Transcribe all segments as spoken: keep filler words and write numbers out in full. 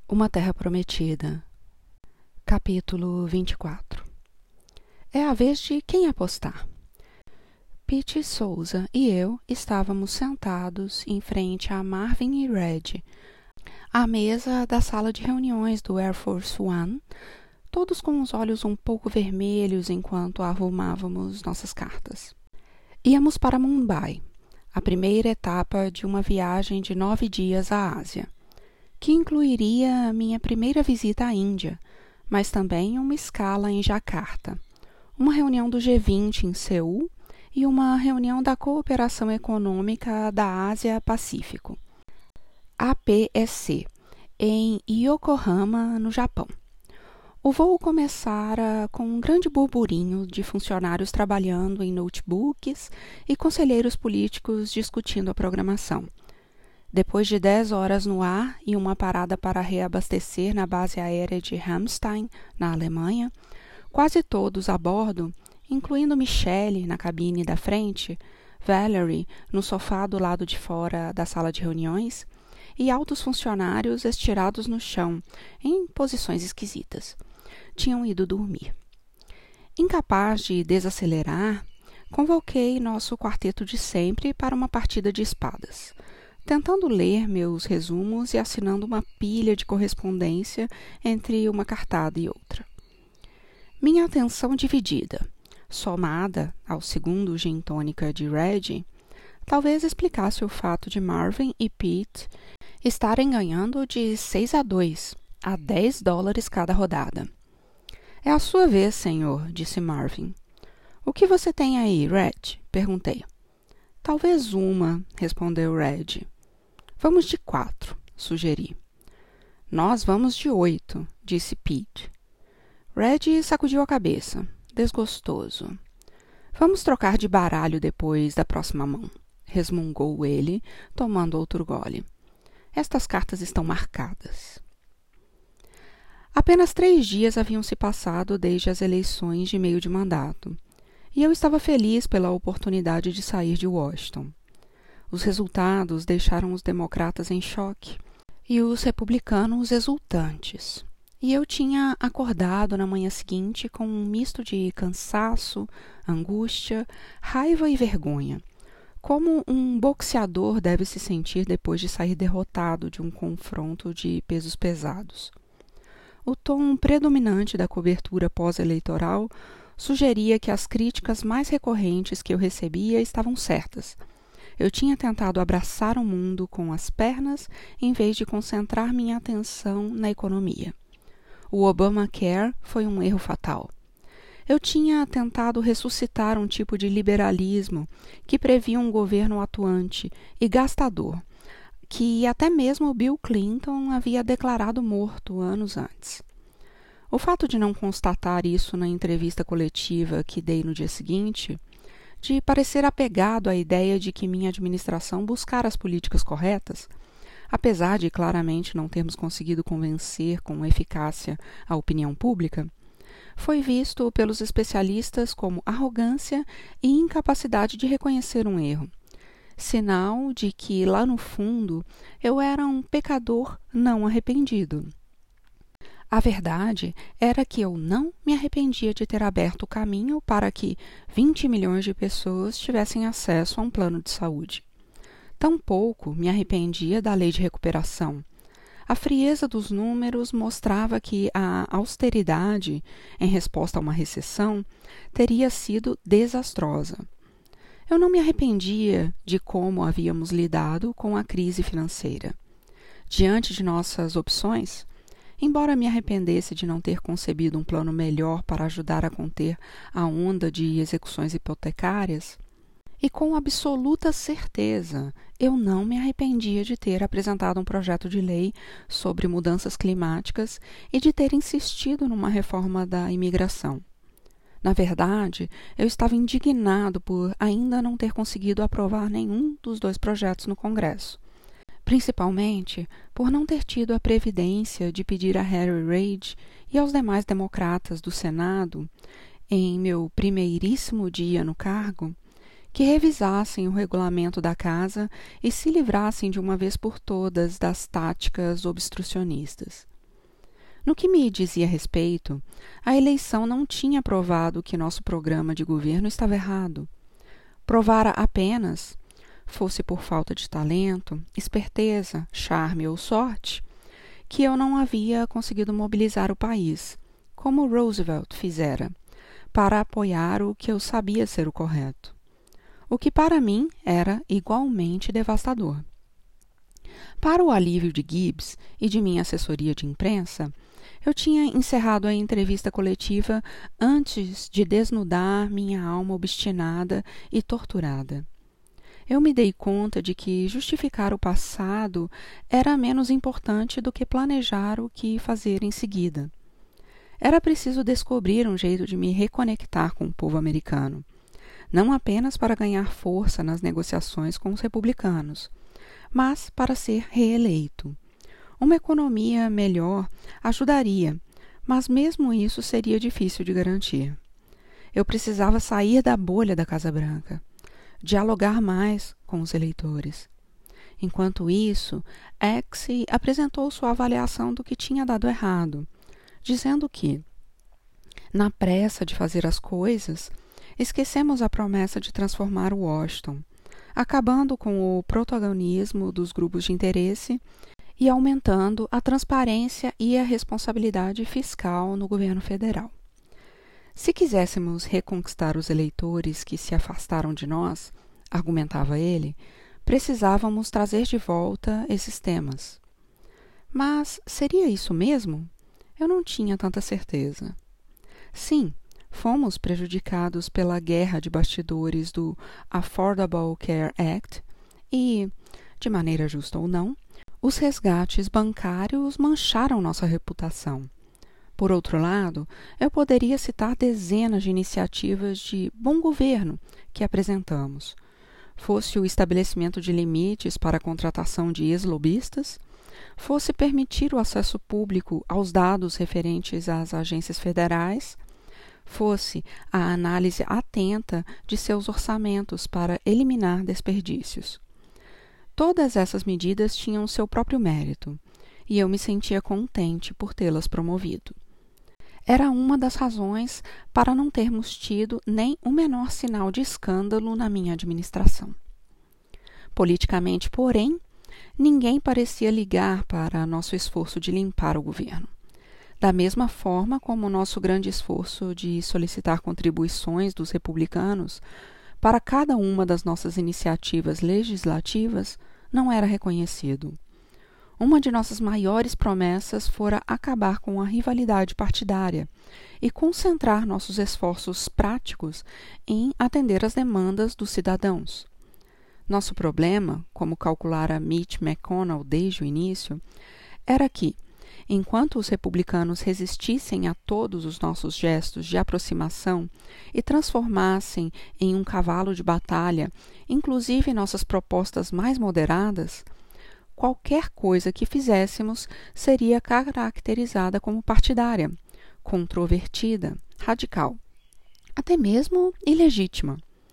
Uma Terra Prometida. Capítulo vinte e quatro. É a vez de quem apostar. Pete Souza e eu estávamos sentados em frente a Marvin e Red, à mesa da sala de reuniões do Air Force One, todos com os olhos um pouco vermelhos enquanto arrumávamos nossas cartas. Íamos para Mumbai, a primeira etapa de uma viagem de nove dias à Ásia, que incluiria minha primeira visita à Índia, mas também uma escala em Jacarta, uma reunião do G vinte em Seul e uma reunião da Cooperação Econômica da Ásia-Pacífico, A P E C, em Yokohama, no Japão. O voo começara com um grande burburinho de funcionários trabalhando em notebooks e conselheiros políticos discutindo a programação. Depois de dez horas no ar e uma parada para reabastecer na base aérea de Ramstein, na Alemanha, quase todos a bordo, incluindo Michelle na cabine da frente, Valerie no sofá do lado de fora da sala de reuniões e altos funcionários estirados no chão, em posições esquisitas, tinham ido dormir. Incapaz de desacelerar, convoquei nosso quarteto de sempre para uma partida de espadas, tentando ler meus resumos e assinando uma pilha de correspondência entre uma cartada e outra. Minha atenção dividida, somada ao segundo gin tônica de Red, talvez explicasse o fato de Marvin e Pete estarem ganhando de seis a dois, a dez dólares cada rodada. É a sua vez, senhor, disse Marvin. O que você tem aí, Red? Perguntei. Talvez uma, respondeu Red. Vamos de quatro, sugeri. Nós vamos de oito, disse Pete. Red sacudiu a cabeça, desgostoso. Vamos trocar de baralho depois da próxima mão, resmungou ele, tomando outro gole. Estas cartas estão marcadas. Apenas três dias haviam se passado desde as eleições de meio de mandato, e eu estava feliz pela oportunidade de sair de Washington. Os resultados deixaram os democratas em choque e os republicanos exultantes. E eu tinha acordado na manhã seguinte com um misto de cansaço, angústia, raiva e vergonha, como um boxeador deve se sentir depois de sair derrotado de um confronto de pesos pesados. O tom predominante da cobertura pós-eleitoral sugeria que as críticas mais recorrentes que eu recebia estavam certas. Eu tinha tentado abraçar o mundo com as pernas em vez de concentrar minha atenção na economia. O Obamacare foi um erro fatal. Eu tinha tentado ressuscitar um tipo de liberalismo que previa um governo atuante e gastador, que até mesmo Bill Clinton havia declarado morto anos antes. O fato de não constatar isso na entrevista coletiva que dei no dia seguinte, de parecer apegado à ideia de que minha administração buscara as políticas corretas, apesar de claramente não termos conseguido convencer com eficácia a opinião pública, foi visto pelos especialistas como arrogância e incapacidade de reconhecer um erro, sinal de que, lá no fundo, eu era um pecador não arrependido. A verdade era que eu não me arrependia de ter aberto o caminho para que vinte milhões de pessoas tivessem acesso a um plano de saúde. Tampouco me arrependia da lei de recuperação. A frieza dos números mostrava que a austeridade, em resposta a uma recessão, teria sido desastrosa. Eu não me arrependia de como havíamos lidado com a crise financeira. Diante de nossas opções, embora me arrependesse de não ter concebido um plano melhor para ajudar a conter a onda de execuções hipotecárias, e com absoluta certeza eu não me arrependia de ter apresentado um projeto de lei sobre mudanças climáticas e de ter insistido numa reforma da imigração. Na verdade, eu estava indignado por ainda não ter conseguido aprovar nenhum dos dois projetos no Congresso, principalmente por não ter tido a previdência de pedir a Harry Reid e aos demais democratas do Senado, em meu primeiríssimo dia no cargo, que revisassem o regulamento da casa e se livrassem de uma vez por todas das táticas obstrucionistas. No que me dizia respeito, a eleição não tinha provado que nosso programa de governo estava errado. Provara apenas, fosse por falta de talento, esperteza, charme ou sorte, que eu não havia conseguido mobilizar o país, como Roosevelt fizera, para apoiar o que eu sabia ser o correto. O que para mim era igualmente devastador. Para o alívio de Gibbs e de minha assessoria de imprensa, eu tinha encerrado a entrevista coletiva antes de desnudar minha alma obstinada e torturada. Eu me dei conta de que justificar o passado era menos importante do que planejar o que fazer em seguida. Era preciso descobrir um jeito de me reconectar com o povo americano, não apenas para ganhar força nas negociações com os republicanos, mas para ser reeleito. Uma economia melhor ajudaria, mas mesmo isso seria difícil de garantir. Eu precisava sair da bolha da Casa Branca, dialogar mais com os eleitores. Enquanto isso, X apresentou sua avaliação do que tinha dado errado, dizendo que, na pressa de fazer as coisas, esquecemos a promessa de transformar Washington, acabando com o protagonismo dos grupos de interesse e aumentando a transparência e a responsabilidade fiscal no governo federal. Se quiséssemos reconquistar os eleitores que se afastaram de nós, argumentava ele, precisávamos trazer de volta esses temas. Mas seria isso mesmo? Eu não tinha tanta certeza. Sim, fomos prejudicados pela guerra de bastidores do Affordable Care Act e, de maneira justa ou não, os resgates bancários mancharam nossa reputação. Por outro lado, eu poderia citar dezenas de iniciativas de bom governo que apresentamos. Fosse o estabelecimento de limites para a contratação de ex-lobistas, fosse permitir o acesso público aos dados referentes às agências federais, fosse a análise atenta de seus orçamentos para eliminar desperdícios. Todas essas medidas tinham seu próprio mérito, e eu me sentia contente por tê-las promovido. Era uma das razões para não termos tido nem o menor sinal de escândalo na minha administração. Politicamente, porém, ninguém parecia ligar para nosso esforço de limpar o governo. Da mesma forma como o nosso grande esforço de solicitar contribuições dos republicanos para cada uma das nossas iniciativas legislativas não era reconhecido. Uma de nossas maiores promessas fora acabar com a rivalidade partidária e concentrar nossos esforços práticos em atender às demandas dos cidadãos. Nosso problema, como calculara Mitch McConnell desde o início, era que, enquanto os republicanos resistissem a todos os nossos gestos de aproximação e transformassem em um cavalo de batalha, inclusive nossas propostas mais moderadas, qualquer coisa que fizéssemos seria caracterizada como partidária, controvertida, radical, até mesmo ilegítima.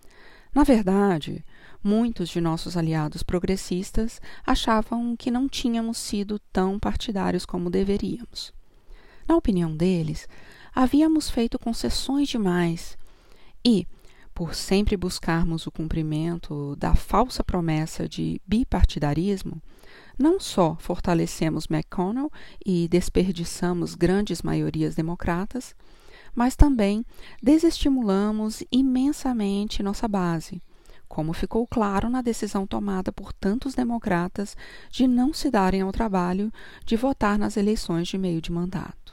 Na verdade, muitos de nossos aliados progressistas achavam que não tínhamos sido tão partidários como deveríamos. Na opinião deles, havíamos feito concessões demais e, por sempre buscarmos o cumprimento da falsa promessa de bipartidarismo, não só fortalecemos McConnell e desperdiçamos grandes maiorias democratas, mas também desestimulamos imensamente nossa base, como ficou claro na decisão tomada por tantos democratas de não se darem ao trabalho de votar nas eleições de meio de mandato.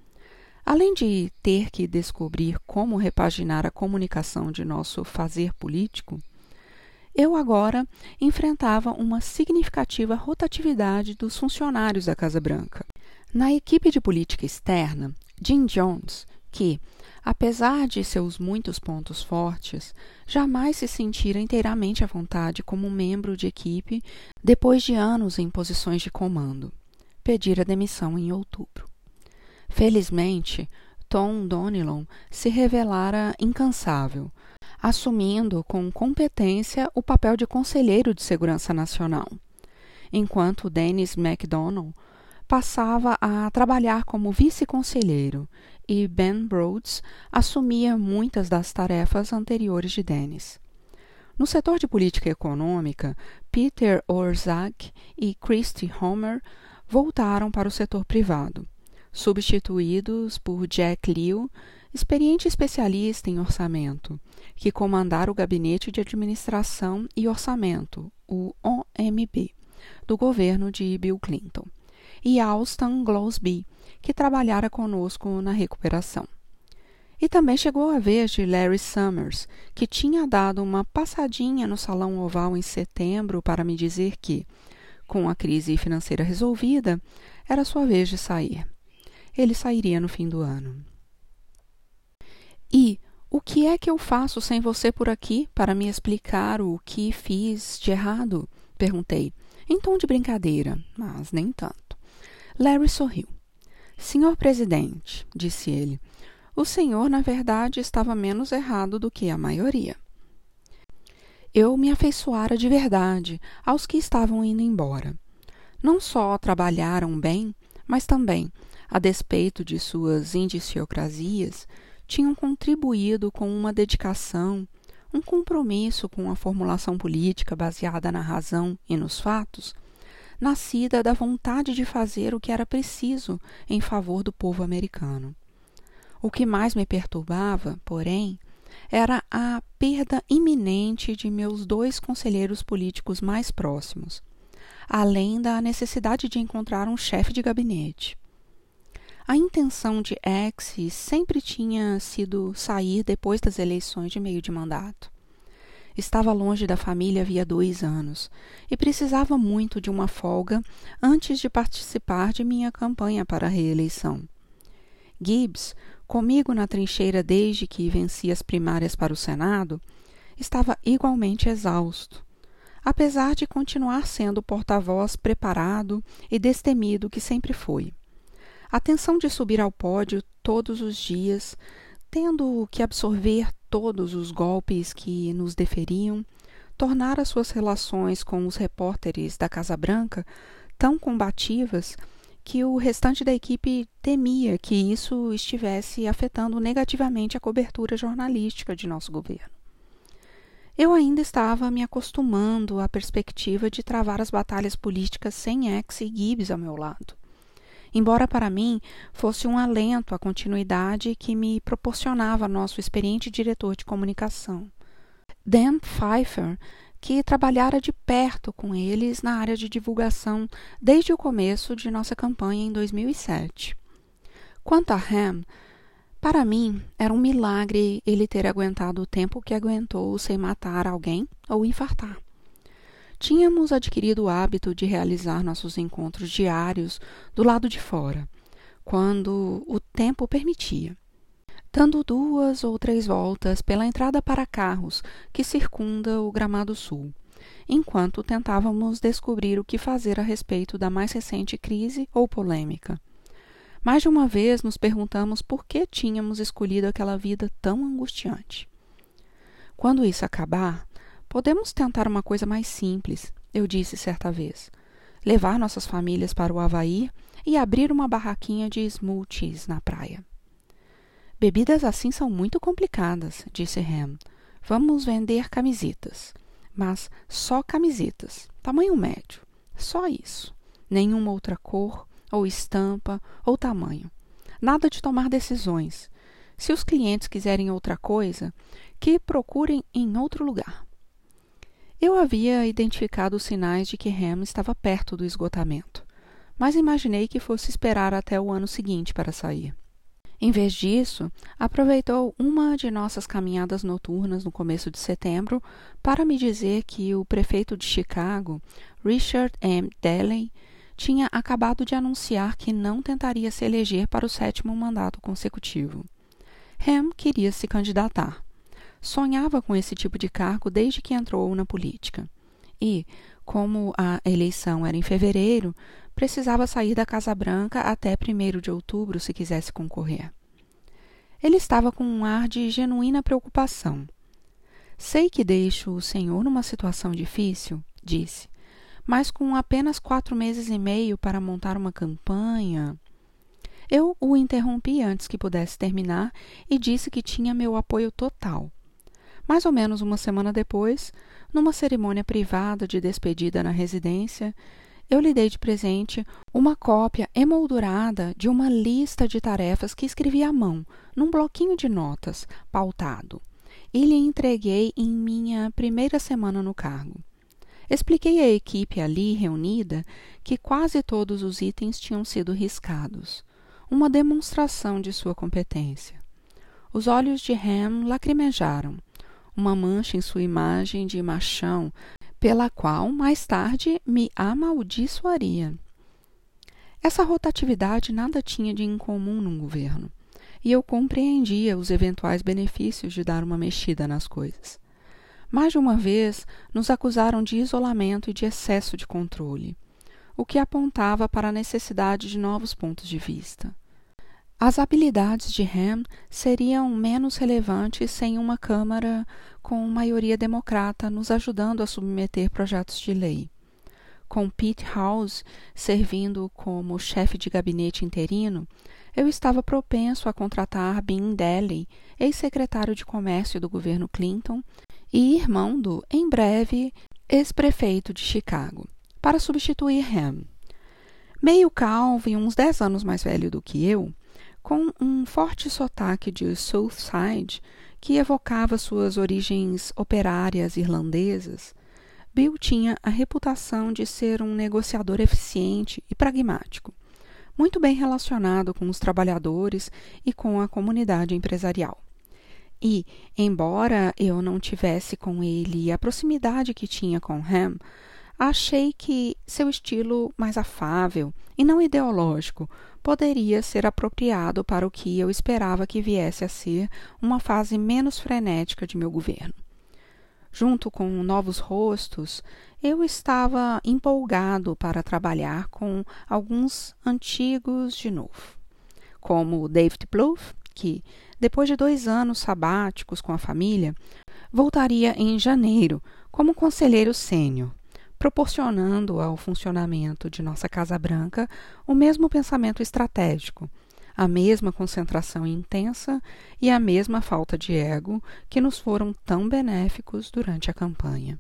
Além de ter que descobrir como repaginar a comunicação de nosso fazer político, eu agora enfrentava uma significativa rotatividade dos funcionários da Casa Branca. Na equipe de política externa, Jim Jones, que, apesar de seus muitos pontos fortes, jamais se sentira inteiramente à vontade como membro de equipe depois de anos em posições de comando, pedira demissão em outubro. Felizmente, Tom Donilon se revelara incansável, assumindo com competência o papel de conselheiro de segurança nacional, enquanto Dennis McDonnell passava a trabalhar como vice-conselheiro e Ben Rhodes assumia muitas das tarefas anteriores de Dennis. No setor de política econômica, Peter Orszag e Christy Homer voltaram para o setor privado, substituídos por Jack Lew, experiente especialista em orçamento, que comandara o Gabinete de Administração e Orçamento, o O M B, do governo de Bill Clinton, e Alston Glosby, que trabalhara conosco na recuperação. E também chegou a vez de Larry Summers, que tinha dado uma passadinha no Salão Oval em setembro para me dizer que, com a crise financeira resolvida, era sua vez de sair. Ele sairia no fim do ano. E o que é que eu faço sem você por aqui para me explicar o que fiz de errado? Perguntei, em tom de brincadeira, mas nem tanto. Larry sorriu. Senhor presidente, disse ele, o senhor, na verdade, estava menos errado do que a maioria. Eu me afeiçoara de verdade aos que estavam indo embora. Não só trabalharam bem, mas também, a despeito de suas indiciocrasias, tinham contribuído com uma dedicação, um compromisso com a formulação política baseada na razão e nos fatos, nascida da vontade de fazer o que era preciso em favor do povo americano. O que mais me perturbava, porém, era a perda iminente de meus dois conselheiros políticos mais próximos, além da necessidade de encontrar um chefe de gabinete. A intenção de X sempre tinha sido sair depois das eleições de meio de mandato. Estava longe da família havia dois anos e precisava muito de uma folga antes de participar de minha campanha para a reeleição. Gibbs, comigo na trincheira desde que venci as primárias para o Senado, estava igualmente exausto, apesar de continuar sendo o porta-voz preparado e destemido que sempre foi. A tensão de subir ao pódio todos os dias, tendo que absorver todos os golpes que nos deferiam, tornara suas relações com os repórteres da Casa Branca tão combativas que o restante da equipe temia que isso estivesse afetando negativamente a cobertura jornalística de nosso governo. Eu ainda estava me acostumando à perspectiva de travar as batalhas políticas sem X e Gibbs ao meu lado, embora para mim fosse um alento à continuidade que me proporcionava nosso experiente diretor de comunicação, Dan Pfeiffer, que trabalhara de perto com eles na área de divulgação desde o começo de nossa campanha em dois mil e sete. Quanto a Ham, para mim era um milagre ele ter aguentado o tempo que aguentou sem matar alguém ou infartar. Tínhamos adquirido o hábito de realizar nossos encontros diários do lado de fora, quando o tempo permitia, dando duas ou três voltas pela entrada para carros que circunda o Gramado Sul, enquanto tentávamos descobrir o que fazer a respeito da mais recente crise ou polêmica. Mais de uma vez nos perguntamos por que tínhamos escolhido aquela vida tão angustiante. Quando isso acabar, podemos tentar uma coisa mais simples, eu disse certa vez. Levar nossas famílias para o Havaí e abrir uma barraquinha de smoothies na praia. Bebidas assim são muito complicadas, disse Ham. Vamos vender camisetas, mas só camisetas, tamanho médio, só isso. Nenhuma outra cor, ou estampa, ou tamanho. Nada de tomar decisões. Se os clientes quiserem outra coisa, que procurem em outro lugar. Eu havia identificado os sinais de que Ham estava perto do esgotamento, mas imaginei que fosse esperar até o ano seguinte para sair. Em vez disso, aproveitou uma de nossas caminhadas noturnas no começo de setembro para me dizer que o prefeito de Chicago, Richard M. Daley, tinha acabado de anunciar que não tentaria se eleger para o sétimo mandato consecutivo. Ham queria se candidatar. Sonhava com esse tipo de cargo desde que entrou na política. E, como a eleição era em fevereiro, precisava sair da Casa Branca até primeiro de outubro se quisesse concorrer. Ele estava com um ar de genuína preocupação. Sei que deixo o senhor numa situação difícil, disse, mas com apenas quatro meses e meio para montar uma campanha... Eu o interrompi antes que pudesse terminar e disse que tinha meu apoio total. Mais ou menos uma semana depois, numa cerimônia privada de despedida na residência, eu lhe dei de presente uma cópia emoldurada de uma lista de tarefas que escrevi à mão, num bloquinho de notas, pautado, e lhe entreguei em minha primeira semana no cargo. Expliquei à equipe ali reunida que quase todos os itens tinham sido riscados, uma demonstração de sua competência. Os olhos de Ham lacrimejaram, uma mancha em sua imagem de machão, pela qual mais tarde me amaldiçoaria. Essa rotatividade nada tinha de incomum num governo, e eu compreendia os eventuais benefícios de dar uma mexida nas coisas. Mais de uma vez nos acusaram de isolamento e de excesso de controle, o que apontava para a necessidade de novos pontos de vista. As habilidades de Ham seriam menos relevantes sem uma Câmara com maioria democrata nos ajudando a submeter projetos de lei. Com Pete House servindo como chefe de gabinete interino, eu estava propenso a contratar Ben Daly, ex-secretário de Comércio do governo Clinton e irmão do, em breve, ex-prefeito de Chicago, para substituir Ham. Meio calvo e uns dez anos mais velho do que eu, com um forte sotaque de Southside que evocava suas origens operárias irlandesas, Bill tinha a reputação de ser um negociador eficiente e pragmático, muito bem relacionado com os trabalhadores e com a comunidade empresarial. E, embora eu não tivesse com ele a proximidade que tinha com Ham, achei que seu estilo mais afável e não ideológico poderia ser apropriado para o que eu esperava que viesse a ser uma fase menos frenética de meu governo. Junto com novos rostos, eu estava empolgado para trabalhar com alguns antigos de novo, como David Plouffe, que, depois de dois anos sabáticos com a família, voltaria em janeiro como conselheiro sênior, proporcionando ao funcionamento de nossa Casa Branca o mesmo pensamento estratégico, a mesma concentração intensa e a mesma falta de ego que nos foram tão benéficos durante a campanha.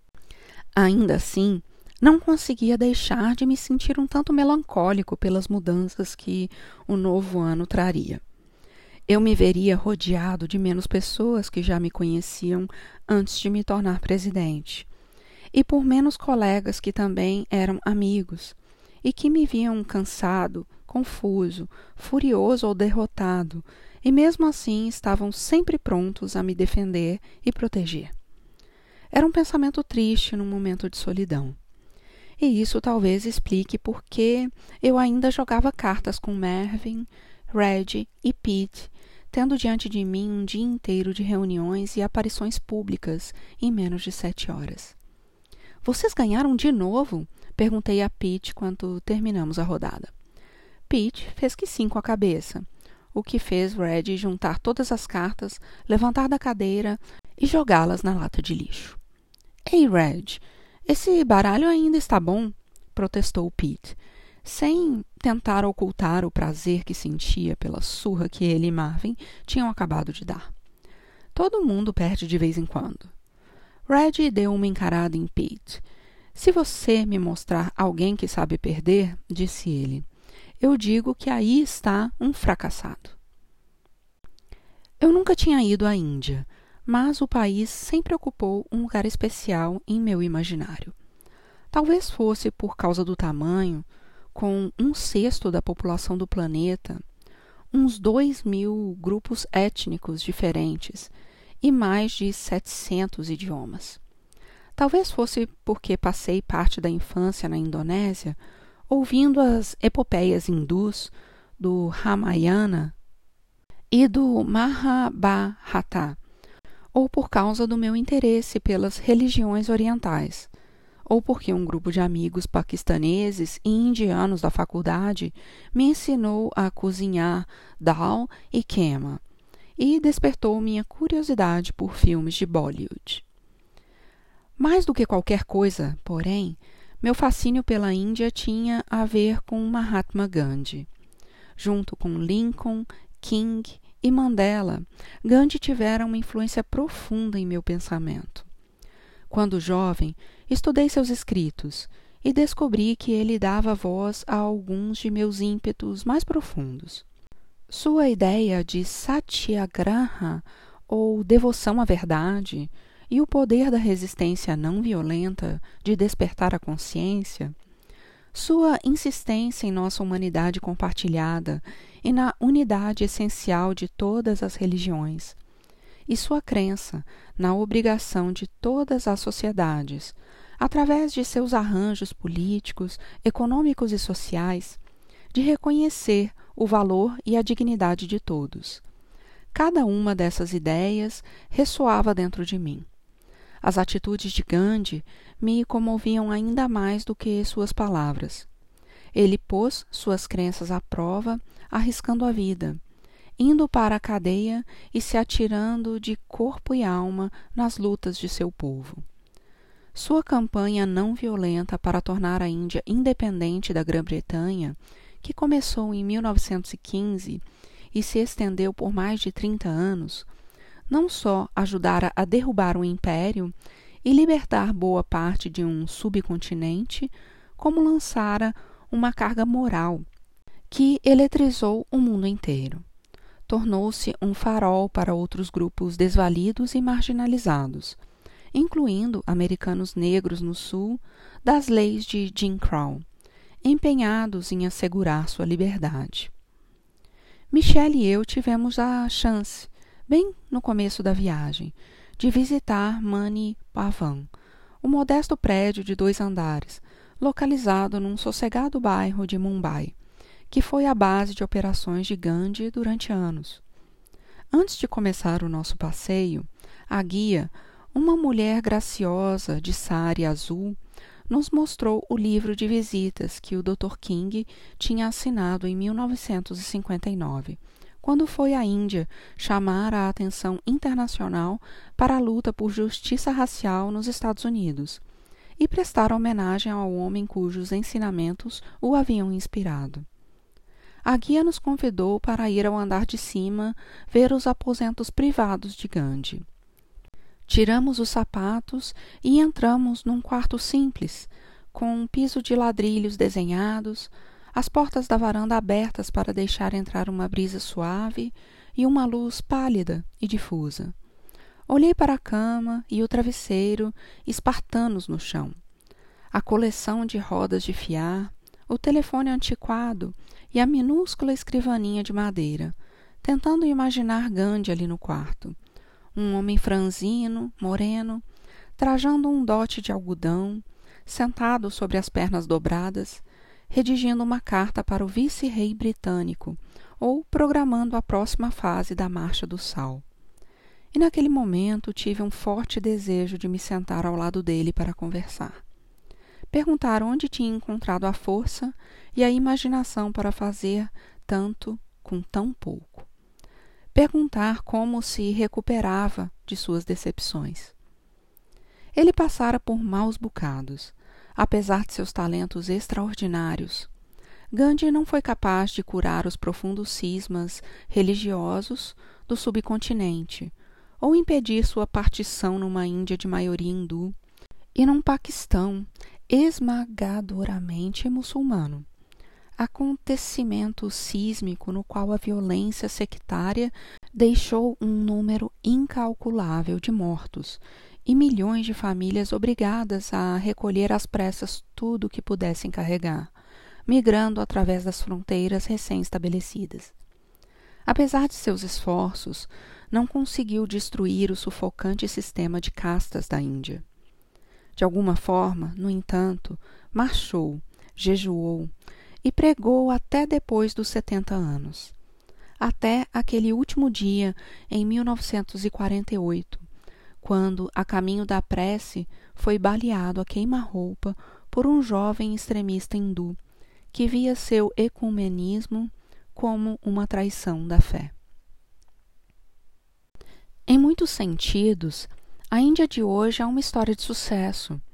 Ainda assim, não conseguia deixar de me sentir um tanto melancólico pelas mudanças que o novo ano traria. Eu me veria rodeado de menos pessoas que já me conheciam antes de me tornar presidente, e por menos colegas que também eram amigos, e que me viam cansado, confuso, furioso ou derrotado, e mesmo assim estavam sempre prontos a me defender e proteger. Era um pensamento triste num momento de solidão. E isso talvez explique por que eu ainda jogava cartas com Mervyn, Red e Pete, tendo diante de mim um dia inteiro de reuniões e aparições públicas em menos de sete horas. Vocês ganharam de novo? Perguntei a Pete quando terminamos a rodada. Pete fez que sim com a cabeça, o que fez Red juntar todas as cartas, levantar da cadeira e jogá-las na lata de lixo. Ei, Red, esse baralho ainda está bom? Protestou Pete, sem tentar ocultar o prazer que sentia pela surra que ele e Marvin tinham acabado de dar. Todo mundo perde de vez em quando. Red deu uma encarada em Pete. Se você me mostrar alguém que sabe perder, disse ele, eu digo que aí está um fracassado. Eu nunca tinha ido à Índia, mas o país sempre ocupou um lugar especial em meu imaginário. Talvez fosse por causa do tamanho, com um sexto da população do planeta, uns dois mil grupos étnicos diferentes e mais de setecentos idiomas. Talvez fosse porque passei parte da infância na Indonésia ouvindo as epopeias hindus do Ramayana e do Mahabharata, ou por causa do meu interesse pelas religiões orientais, ou porque um grupo de amigos paquistaneses e indianos da faculdade me ensinou a cozinhar dal e quema, e despertou minha curiosidade por filmes de Bollywood. Mais do que qualquer coisa, porém, Meu fascínio pela Índia tinha a ver com Mahatma Gandhi. Junto com Lincoln, King e Mandela, Gandhi tivera uma influência profunda em meu pensamento. Quando jovem, estudei seus escritos e descobri que ele dava voz a alguns de meus ímpetos mais profundos. Sua ideia de satyagraha, ou devoção à verdade, e o poder da resistência não violenta de despertar a consciência, sua insistência em nossa humanidade compartilhada e na unidade essencial de todas as religiões, e sua crença na obrigação de todas as sociedades, através de seus arranjos políticos, econômicos e sociais, de reconhecer o valor e a dignidade de todos. Cada uma dessas ideias ressoava dentro de mim. As atitudes de Gandhi me comoviam ainda mais do que suas palavras. Ele pôs suas crenças à prova, arriscando a vida, indo para a cadeia e se atirando de corpo e alma nas lutas de seu povo. Sua campanha não violenta para tornar a Índia independente da Grã-Bretanha, que começou em mil novecentos e quinze e se estendeu por mais de trinta anos, não só ajudara a derrubar um império e libertar boa parte de um subcontinente, como lançara uma carga moral que eletrizou o mundo inteiro. Tornou-se um farol para outros grupos desvalidos e marginalizados, incluindo americanos negros no sul das leis de Jim Crow, empenhados em assegurar sua liberdade. Michelle e eu tivemos a chance, bem no começo da viagem, de visitar Mani Bhavan, um modesto prédio de dois andares, localizado num sossegado bairro de Mumbai, que foi a base de operações de Gandhi durante anos. Antes de começar o nosso passeio, a guia, uma mulher graciosa de sari azul, nos mostrou o livro de visitas que o doutor King tinha assinado em mil novecentos e cinquenta e nove, quando foi à Índia chamar a atenção internacional para a luta por justiça racial nos Estados Unidos e prestar homenagem ao homem cujos ensinamentos o haviam inspirado. A guia nos convidou para ir ao andar de cima ver os aposentos privados de Gandhi. Tiramos os sapatos e entramos num quarto simples, com um piso de ladrilhos desenhados, as portas da varanda abertas para deixar entrar uma brisa suave e uma luz pálida e difusa. Olhei para a cama e o travesseiro espartanos no chão, a coleção de rodas de fiar, o telefone antiquado e a minúscula escrivaninha de madeira, tentando imaginar Gandhi ali no quarto. Um homem franzino, moreno, trajando um dote de algodão, sentado sobre as pernas dobradas, redigindo uma carta para o vice-rei britânico ou programando a próxima fase da Marcha do Sal. E naquele momento tive um forte desejo de me sentar ao lado dele para conversar. Perguntar onde tinha encontrado a força e a imaginação para fazer tanto com tão pouco. Perguntar como se recuperava de suas decepções. Ele passara por maus bocados, apesar de seus talentos extraordinários. Gandhi não foi capaz de curar os profundos cismas religiosos do subcontinente, ou impedir sua partição numa Índia de maioria hindu e num Paquistão esmagadoramente muçulmano. Acontecimento sísmico no qual a violência sectária deixou um número incalculável de mortos e milhões de famílias obrigadas a recolher às pressas tudo o que pudessem carregar, migrando através das fronteiras recém-estabelecidas. Apesar de seus esforços, não conseguiu destruir o sufocante sistema de castas da Índia. De alguma forma, no entanto, marchou, jejuou e pregou até depois dos setenta anos. Até aquele último dia, em mil novecentos e quarenta e oito, quando, a caminho da prece, foi baleado a queima-roupa por um jovem extremista hindu, que via seu ecumenismo como uma traição da fé. Em muitos sentidos, a Índia de hoje é uma história de sucesso.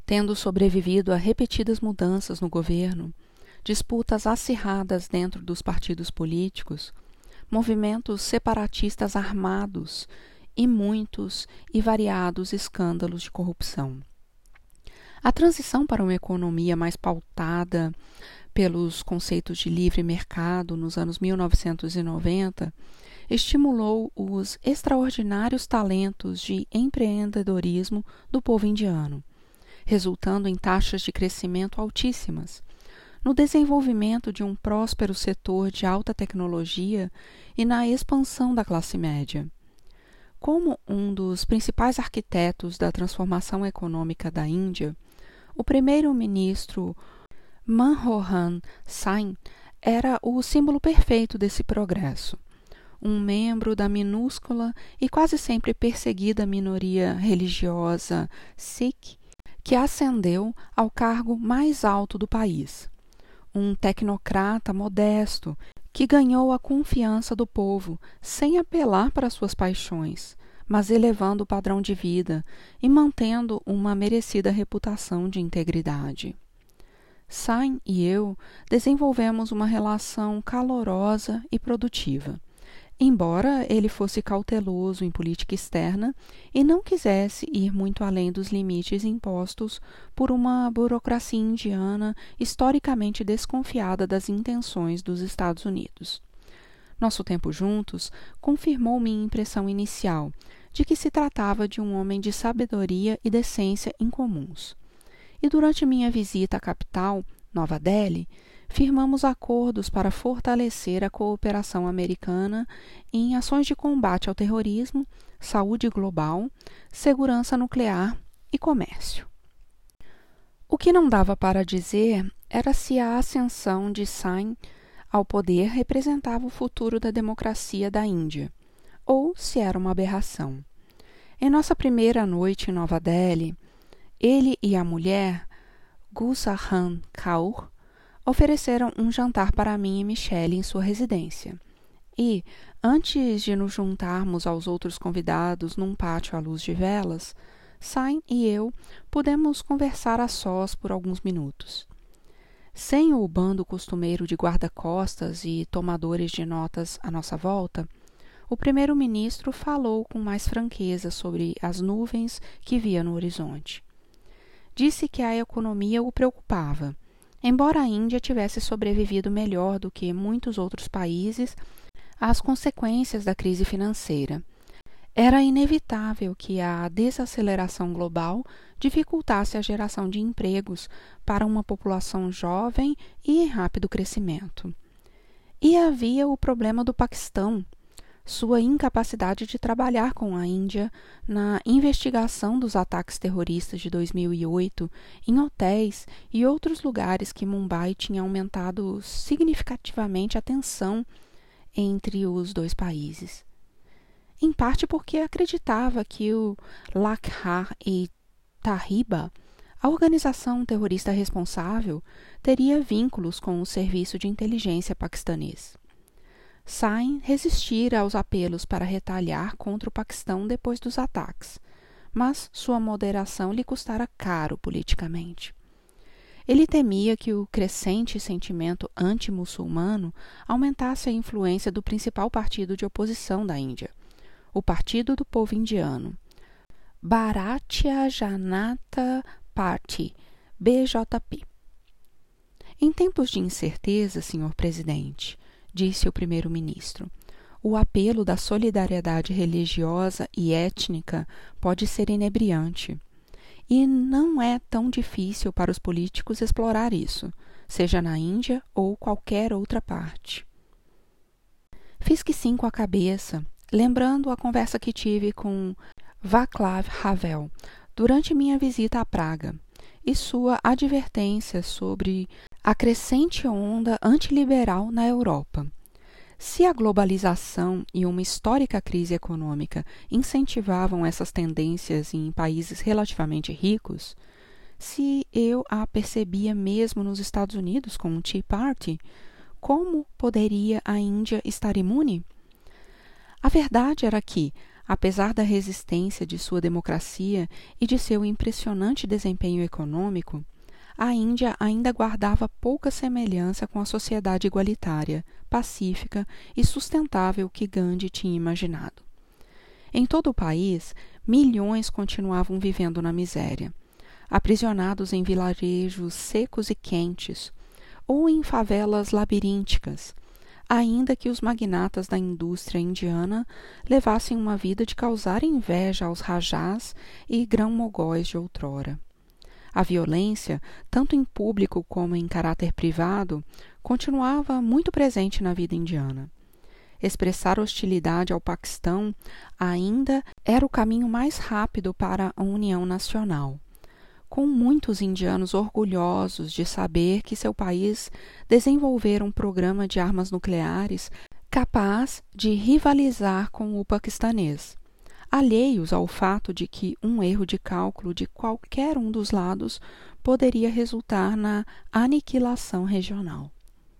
tendo sobrevivido a repetidas mudanças no governo, disputas acirradas dentro dos partidos políticos, movimentos separatistas armados e muitos e variados escândalos de corrupção. A transição para uma economia mais pautada pelos conceitos de livre mercado nos anos mil novecentos e noventa estimulou os extraordinários talentos de empreendedorismo do povo indiano, resultando em taxas de crescimento altíssimas, no desenvolvimento de um próspero setor de alta tecnologia e na expansão da classe média. Como um dos principais arquitetos da transformação econômica da Índia, o primeiro-ministro Manmohan Singh era o símbolo perfeito desse progresso. Um membro da minúscula e quase sempre perseguida minoria religiosa Sikh, que ascendeu ao cargo mais alto do país. Um tecnocrata modesto que ganhou a confiança do povo sem apelar para suas paixões, mas elevando o padrão de vida e mantendo uma merecida reputação de integridade. Singh e eu desenvolvemos uma relação calorosa e produtiva, embora ele fosse cauteloso em política externa e não quisesse ir muito além dos limites impostos por uma burocracia indiana historicamente desconfiada das intenções dos Estados Unidos. Nosso tempo juntos confirmou minha impressão inicial de que se tratava de um homem de sabedoria e decência incomuns. E durante minha visita à capital, Nova Delhi, firmamos acordos para fortalecer a cooperação americana em ações de combate ao terrorismo, saúde global, segurança nuclear e comércio. O que não dava para dizer era se a ascensão de Singh ao poder representava o futuro da democracia da Índia, ou se era uma aberração. Em nossa primeira noite em Nova Delhi, ele e a mulher, Gulsharan Kaur, ofereceram um jantar para mim e Michelle em sua residência. E, antes de nos juntarmos aos outros convidados num pátio à luz de velas, Singh e eu pudemos conversar a sós por alguns minutos. Sem o bando costumeiro de guarda-costas e tomadores de notas à nossa volta, o primeiro-ministro falou com mais franqueza sobre as nuvens que via no horizonte. Disse que a economia o preocupava, embora a Índia tivesse sobrevivido melhor do que muitos outros países às consequências da crise financeira. Era inevitável que a desaceleração global dificultasse a geração de empregos para uma população jovem e em rápido crescimento. E havia o problema do Paquistão, sua incapacidade de trabalhar com a Índia na investigação dos ataques terroristas de dois mil e oito em hotéis e outros lugares que Mumbai tinha aumentado significativamente a tensão entre os dois países. Em parte porque acreditava que o Lashkar-e-Taiba, a organização terrorista responsável, teria vínculos com o serviço de inteligência paquistanês. Singh resistira aos apelos para retaliar contra o Paquistão depois dos ataques, mas sua moderação lhe custara caro politicamente. Ele temia que o crescente sentimento anti-muçulmano aumentasse a influência do principal partido de oposição da Índia, o Partido do Povo Indiano, Bharatiya Janata Party, B J P. Em tempos de incerteza, senhor presidente, disse o primeiro-ministro, o apelo da solidariedade religiosa e étnica pode ser inebriante. E não é tão difícil para os políticos explorar isso, seja na Índia ou qualquer outra parte. Fiz que sim com a cabeça, lembrando a conversa que tive com Václav Havel durante minha visita à Praga e sua advertência sobre a crescente onda antiliberal na Europa. Se a globalização e uma histórica crise econômica incentivavam essas tendências em países relativamente ricos, se eu a percebia mesmo nos Estados Unidos com o Tea Party, como poderia a Índia estar imune? A verdade era que, Apesar da resistência de sua democracia e de seu impressionante desempenho econômico, a Índia ainda guardava pouca semelhança com a sociedade igualitária, pacífica e sustentável que Gandhi tinha imaginado. Em todo o país, milhões continuavam vivendo na miséria, aprisionados em vilarejos secos e quentes, ou em favelas labirínticas, ainda que os magnatas da indústria indiana levassem uma vida de causar inveja aos rajás e grão-mogóis de outrora. A violência, tanto em público como em caráter privado, continuava muito presente na vida indiana. Expressar hostilidade ao Paquistão ainda era o caminho mais rápido para a união nacional, com muitos indianos orgulhosos de saber que seu país desenvolvera um programa de armas nucleares capaz de rivalizar com o paquistanês, alheios ao fato de que um erro de cálculo de qualquer um dos lados poderia resultar na aniquilação regional.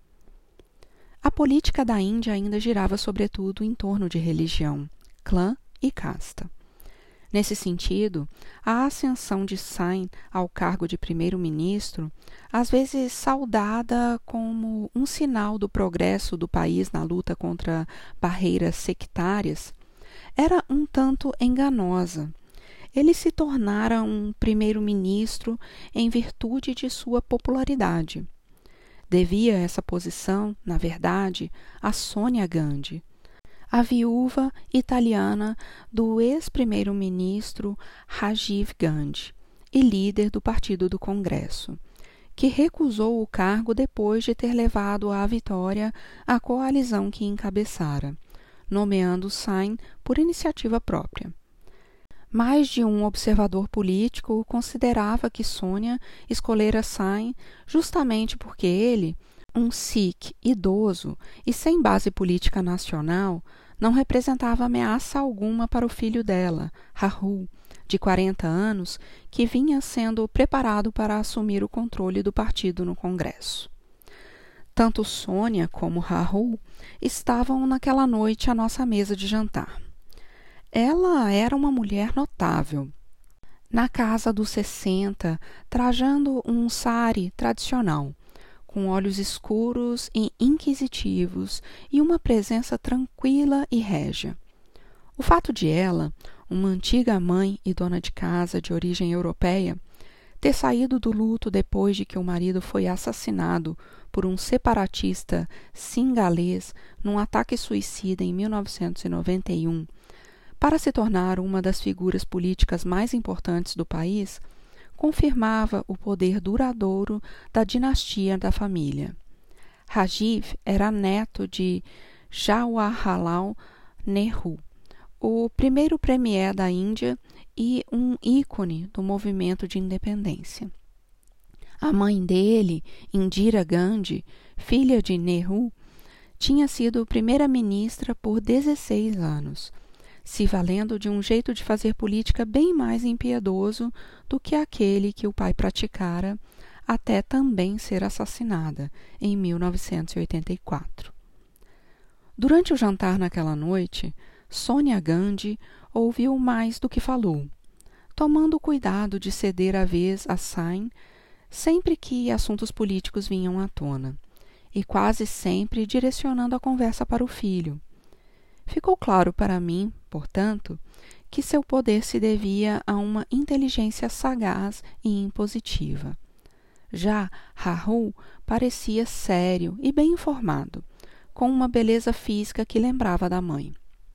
A política da Índia ainda girava sobretudo em torno de religião, clã e casta. Nesse sentido, a ascensão de Sain ao cargo de primeiro-ministro, às vezes saudada como um sinal do progresso do país na luta contra barreiras sectárias, era um tanto enganosa. Ele se tornara um primeiro-ministro em virtude de sua popularidade. Devia essa posição, na verdade, a Sônia Gandhi, a viúva italiana do ex-primeiro-ministro Rajiv Gandhi e líder do Partido do Congresso, que recusou o cargo depois de ter levado à vitória a coalizão que encabeçara, nomeando Sain por iniciativa própria. Mais de um observador político considerava que Sônia escolhera Sain justamente porque ele, um Sikh idoso e sem base política nacional, não representava ameaça alguma para o filho dela, Rahul, de quarenta anos, que vinha sendo preparado para assumir o controle do partido no Congresso. Tanto Sônia como Rahul estavam naquela noite à nossa mesa de jantar. Ela era uma mulher notável. Na casa dos sessenta, trajando um sari tradicional, com olhos escuros e inquisitivos e uma presença tranquila e régia. O fato de ela, uma antiga mãe e dona de casa de origem europeia, ter saído do luto depois de que o marido foi assassinado por um separatista singalês num ataque suicida em mil novecentos e noventa e um, para se tornar uma das figuras políticas mais importantes do país, confirmava o poder duradouro da dinastia da família. Rajiv era neto de Jawaharlal Nehru, o primeiro premier da Índia e um ícone do movimento de independência. A mãe dele, Indira Gandhi, filha de Nehru, tinha sido primeira-ministra por dezesseis anos, se valendo de um jeito de fazer política bem mais impiedoso do que aquele que o pai praticara, até também ser assassinada em mil novecentos e oitenta e quatro. Durante o jantar naquela noite, Sônia Gandhi ouviu mais do que falou, tomando cuidado de ceder a vez a Sain sempre que assuntos políticos vinham à tona, e quase sempre direcionando a conversa para o filho. Ficou claro para mim, portanto, que seu poder se devia a uma inteligência sagaz e impositiva. Já Rahul parecia sério e bem informado, com uma beleza física que lembrava da mãe.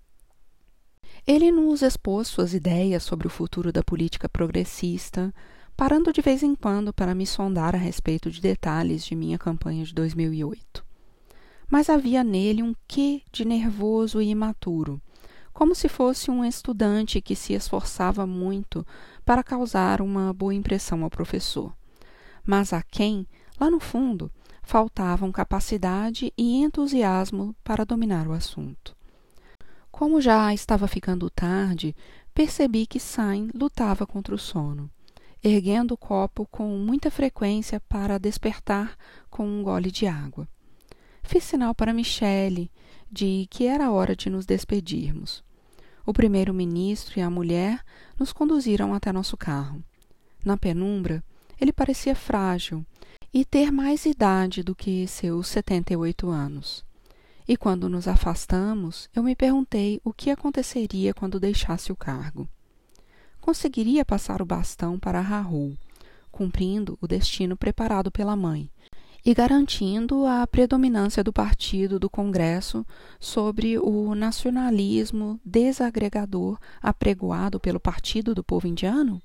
Ele nos expôs suas ideias sobre o futuro da política progressista, parando de vez em quando para me sondar a respeito de detalhes de minha campanha de dois mil e oito. Mas havia nele um quê de nervoso e imaturo, como se fosse um estudante que se esforçava muito para causar uma boa impressão ao professor, mas a quem, lá no fundo, faltavam capacidade e entusiasmo para dominar o assunto. Como já estava ficando tarde, percebi que Sain lutava contra o sono, erguendo o copo com muita frequência para despertar com um gole de água. Fiz sinal para Michele de que era hora de nos despedirmos. O primeiro-ministro e a mulher nos conduziram até nosso carro. Na penumbra, ele parecia frágil e ter mais idade do que seus setenta e oito anos. E quando nos afastamos, eu me perguntei o que aconteceria quando deixasse o cargo. Conseguiria passar o bastão para Rahul, cumprindo o destino preparado pela mãe e garantindo a predominância do partido do Congresso sobre o nacionalismo desagregador apregoado pelo Partido do Povo Indiano?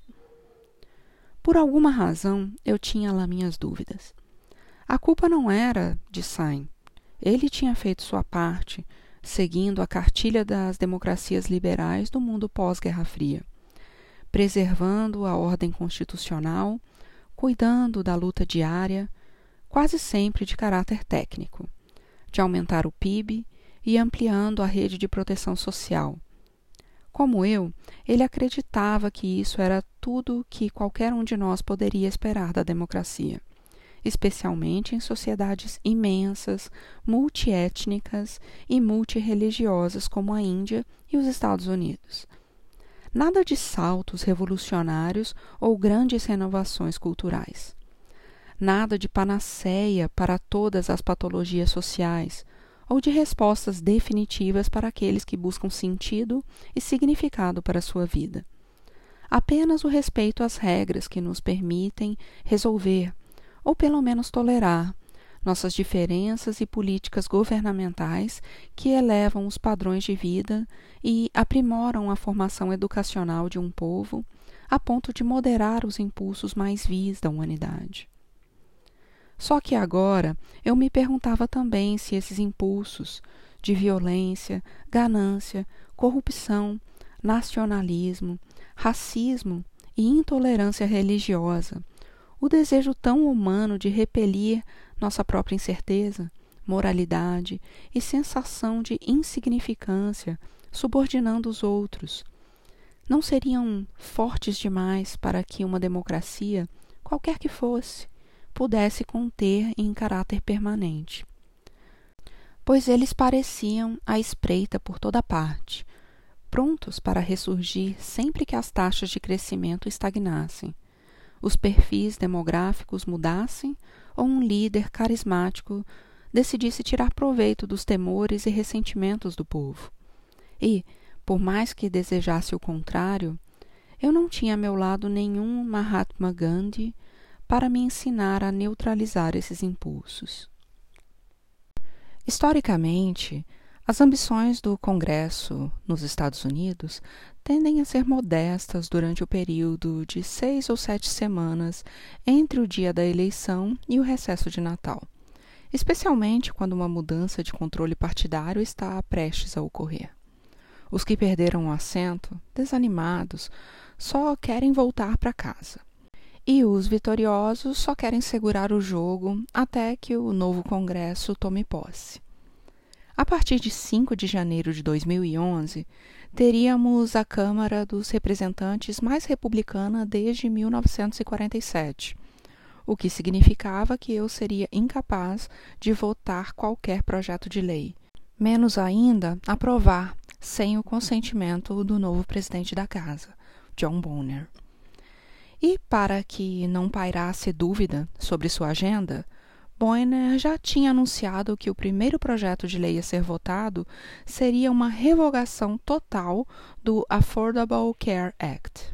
Por alguma razão, eu tinha lá minhas dúvidas. A culpa não era de Singh. Ele tinha feito sua parte, seguindo a cartilha das democracias liberais do mundo pós-Guerra Fria, preservando a ordem constitucional, cuidando da luta diária, quase sempre de caráter técnico, de aumentar o P I B e ampliando a rede de proteção social. Como eu, ele acreditava que isso era tudo que qualquer um de nós poderia esperar da democracia, especialmente em sociedades imensas, multiétnicas e multirreligiosas como a Índia e os Estados Unidos. Nada de saltos revolucionários ou grandes renovações culturais. Nada de panaceia para todas as patologias sociais, ou de respostas definitivas para aqueles que buscam sentido e significado para a sua vida. Apenas o respeito às regras que nos permitem resolver, ou pelo menos tolerar, nossas diferenças e políticas governamentais que elevam os padrões de vida e aprimoram a formação educacional de um povo a ponto de moderar os impulsos mais vis da humanidade. Só que agora eu me perguntava também se esses impulsos de violência, ganância, corrupção, nacionalismo, racismo e intolerância religiosa, o desejo tão humano de repelir nossa própria incerteza, moralidade e sensação de insignificância, subordinando os outros, não seriam fortes demais para que uma democracia, qualquer que fosse, pudesse conter em caráter permanente? Pois eles pareciam à espreita por toda parte, prontos para ressurgir sempre que as taxas de crescimento estagnassem, os perfis demográficos mudassem ou um líder carismático decidisse tirar proveito dos temores e ressentimentos do povo. E, por mais que desejasse o contrário, eu não tinha a meu lado nenhum Mahatma Gandhi para me ensinar a neutralizar esses impulsos. Historicamente, as ambições do Congresso nos Estados Unidos tendem a ser modestas durante o período de seis ou sete semanas entre o dia da eleição e o recesso de Natal, especialmente quando uma mudança de controle partidário está prestes a ocorrer. Os que perderam o assento, desanimados, só querem voltar para casa. E os vitoriosos só querem segurar o jogo até que o novo Congresso tome posse. A partir de cinco de janeiro de dois mil e onze, teríamos a Câmara dos Representantes mais republicana desde mil novecentos e quarenta e sete, o que significava que eu seria incapaz de votar qualquer projeto de lei, menos ainda aprovar sem o consentimento do novo presidente da casa, John Boehner. E para que não pairasse dúvida sobre sua agenda, Boehner já tinha anunciado que o primeiro projeto de lei a ser votado seria uma revogação total do Affordable Care Act.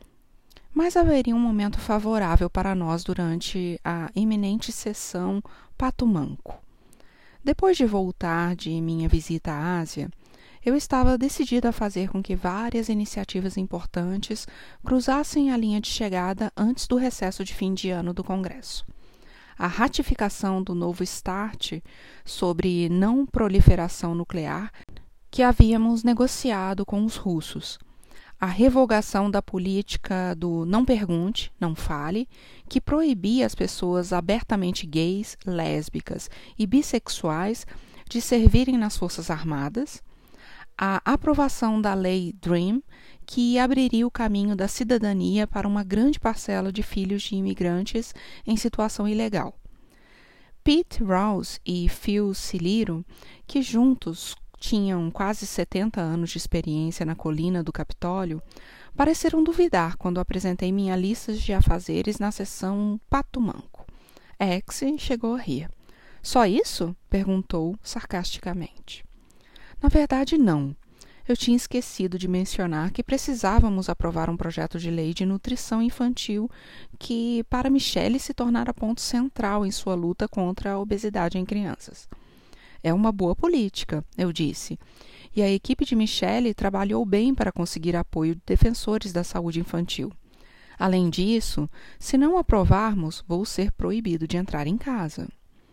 Mas haveria um momento favorável para nós durante a iminente sessão Pato Manco. Depois de voltar de minha visita à Ásia, eu estava decidida a fazer com que várias iniciativas importantes cruzassem a linha de chegada antes do recesso de fim de ano do Congresso. A ratificação do novo START sobre não proliferação nuclear que havíamos negociado com os russos. A revogação da política do não pergunte, não fale, que proibia as pessoas abertamente gays, lésbicas e bissexuais de servirem nas Forças Armadas. A aprovação da Lei DREAM, que abriria o caminho da cidadania para uma grande parcela de filhos de imigrantes em situação ilegal. Pete Rouse e Phil Siliro, que juntos tinham quase setenta anos de experiência na colina do Capitólio, pareceram duvidar quando apresentei minha lista de afazeres na sessão Pato Manco. X chegou a rir. Só isso? Perguntou sarcasticamente. Na verdade, não. Eu tinha esquecido de mencionar que precisávamos aprovar um projeto de lei de nutrição infantil que, para Michele, se tornara ponto central em sua luta contra a obesidade em crianças. É uma boa política, eu disse, e a equipe de Michele trabalhou bem para conseguir apoio de defensores da saúde infantil. Além disso, se não aprovarmos, vou ser proibido de entrar em casa.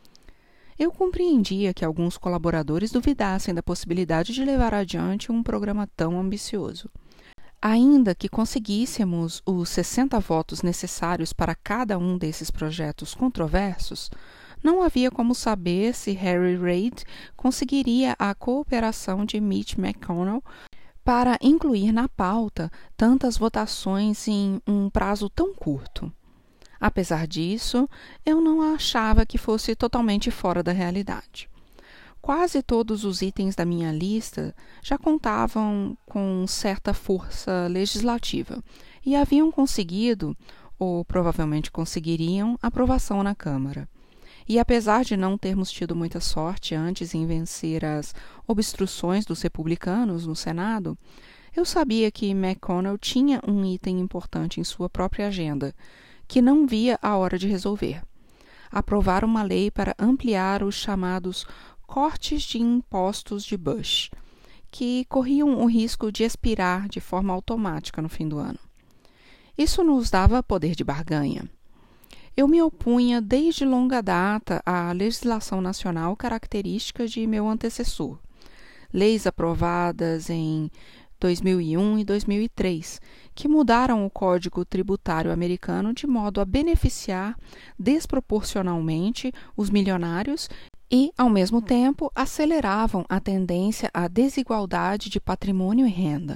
Eu compreendia que alguns colaboradores duvidassem da possibilidade de levar adiante um programa tão ambicioso. Ainda que conseguíssemos os sessenta votos necessários para cada um desses projetos controversos, não havia como saber se Harry Reid conseguiria a cooperação de Mitch McConnell para incluir na pauta tantas votações em um prazo tão curto. Apesar disso, eu não achava que fosse totalmente fora da realidade. Quase todos os itens da minha lista já contavam com certa força legislativa e haviam conseguido, ou provavelmente conseguiriam, aprovação na Câmara. E apesar de não termos tido muita sorte antes em vencer as obstruções dos republicanos no Senado, eu sabia que McConnell tinha um item importante em sua própria agenda, que não via a hora de resolver. Aprovar uma lei para ampliar os chamados cortes de impostos de Bush, que corriam o risco de expirar de forma automática no fim do ano. Isso nos dava poder de barganha. Eu me opunha desde longa data à legislação nacional característica de meu antecessor, leis aprovadas em dois mil e um e dois mil e três, que mudaram o Código Tributário americano de modo a beneficiar desproporcionalmente os milionários e, ao mesmo tempo, aceleravam a tendência à desigualdade de patrimônio e renda.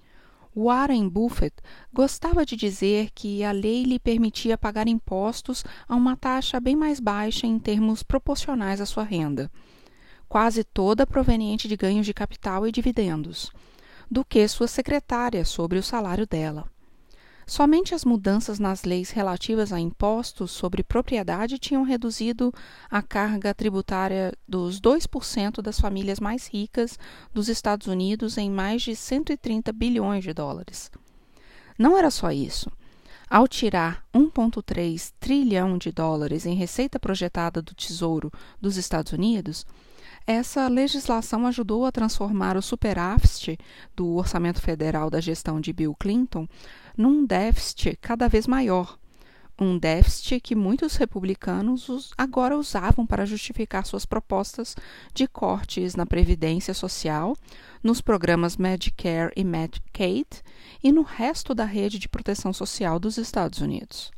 Warren Buffett gostava de dizer que a lei lhe permitia pagar impostos a uma taxa bem mais baixa em termos proporcionais à sua renda, quase toda proveniente de ganhos de capital e dividendos, do que sua secretária sobre o salário dela. Somente as mudanças nas leis relativas a impostos sobre propriedade tinham reduzido a carga tributária dos dois por cento das famílias mais ricas dos Estados Unidos em mais de cento e trinta bilhões de dólares. Não era só isso. Ao tirar um vírgula três trilhão de dólares em receita projetada do Tesouro dos Estados Unidos, essa legislação ajudou a transformar o superávit do orçamento federal da gestão de Bill Clinton num déficit cada vez maior, um déficit que muitos republicanos agora usavam para justificar suas propostas de cortes na Previdência Social, nos programas Medicare e Medicaid e no resto da rede de proteção social dos Estados Unidos.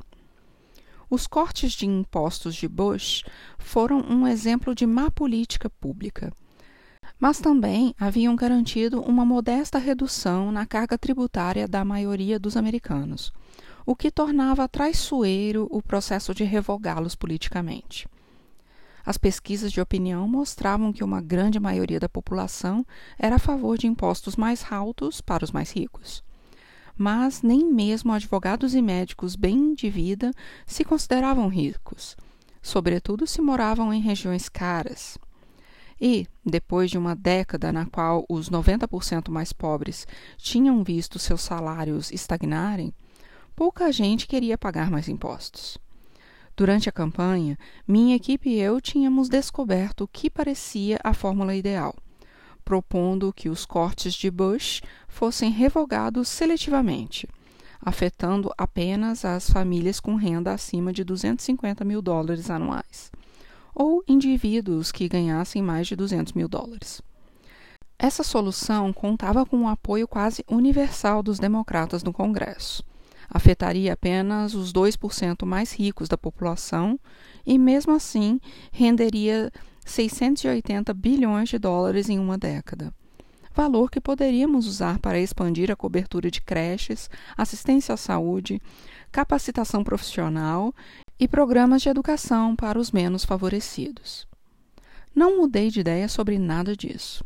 Os cortes de impostos de Bush foram um exemplo de má política pública, mas também haviam garantido uma modesta redução na carga tributária da maioria dos americanos, o que tornava traiçoeiro o processo de revogá-los politicamente. As pesquisas de opinião mostravam que uma grande maioria da população era a favor de impostos mais altos para os mais ricos. Mas nem mesmo advogados e médicos bem de vida se consideravam ricos, sobretudo se moravam em regiões caras. E, depois de uma década na qual os noventa por cento mais pobres tinham visto seus salários estagnarem, pouca gente queria pagar mais impostos. Durante a campanha, minha equipe e eu tínhamos descoberto o que parecia a fórmula ideal, propondo que os cortes de Bush fossem revogados seletivamente, afetando apenas as famílias com renda acima de duzentos e cinquenta mil dólares anuais, ou indivíduos que ganhassem mais de duzentos mil dólares. Essa solução contava com o apoio quase universal dos democratas no Congresso. Afetaria apenas os dois por cento mais ricos da população e, mesmo assim, renderia seiscentos e oitenta bilhões de dólares em uma década, valor que poderíamos usar para expandir a cobertura de creches, assistência à saúde, capacitação profissional e programas de educação para os menos favorecidos. Não mudei de ideia sobre nada disso.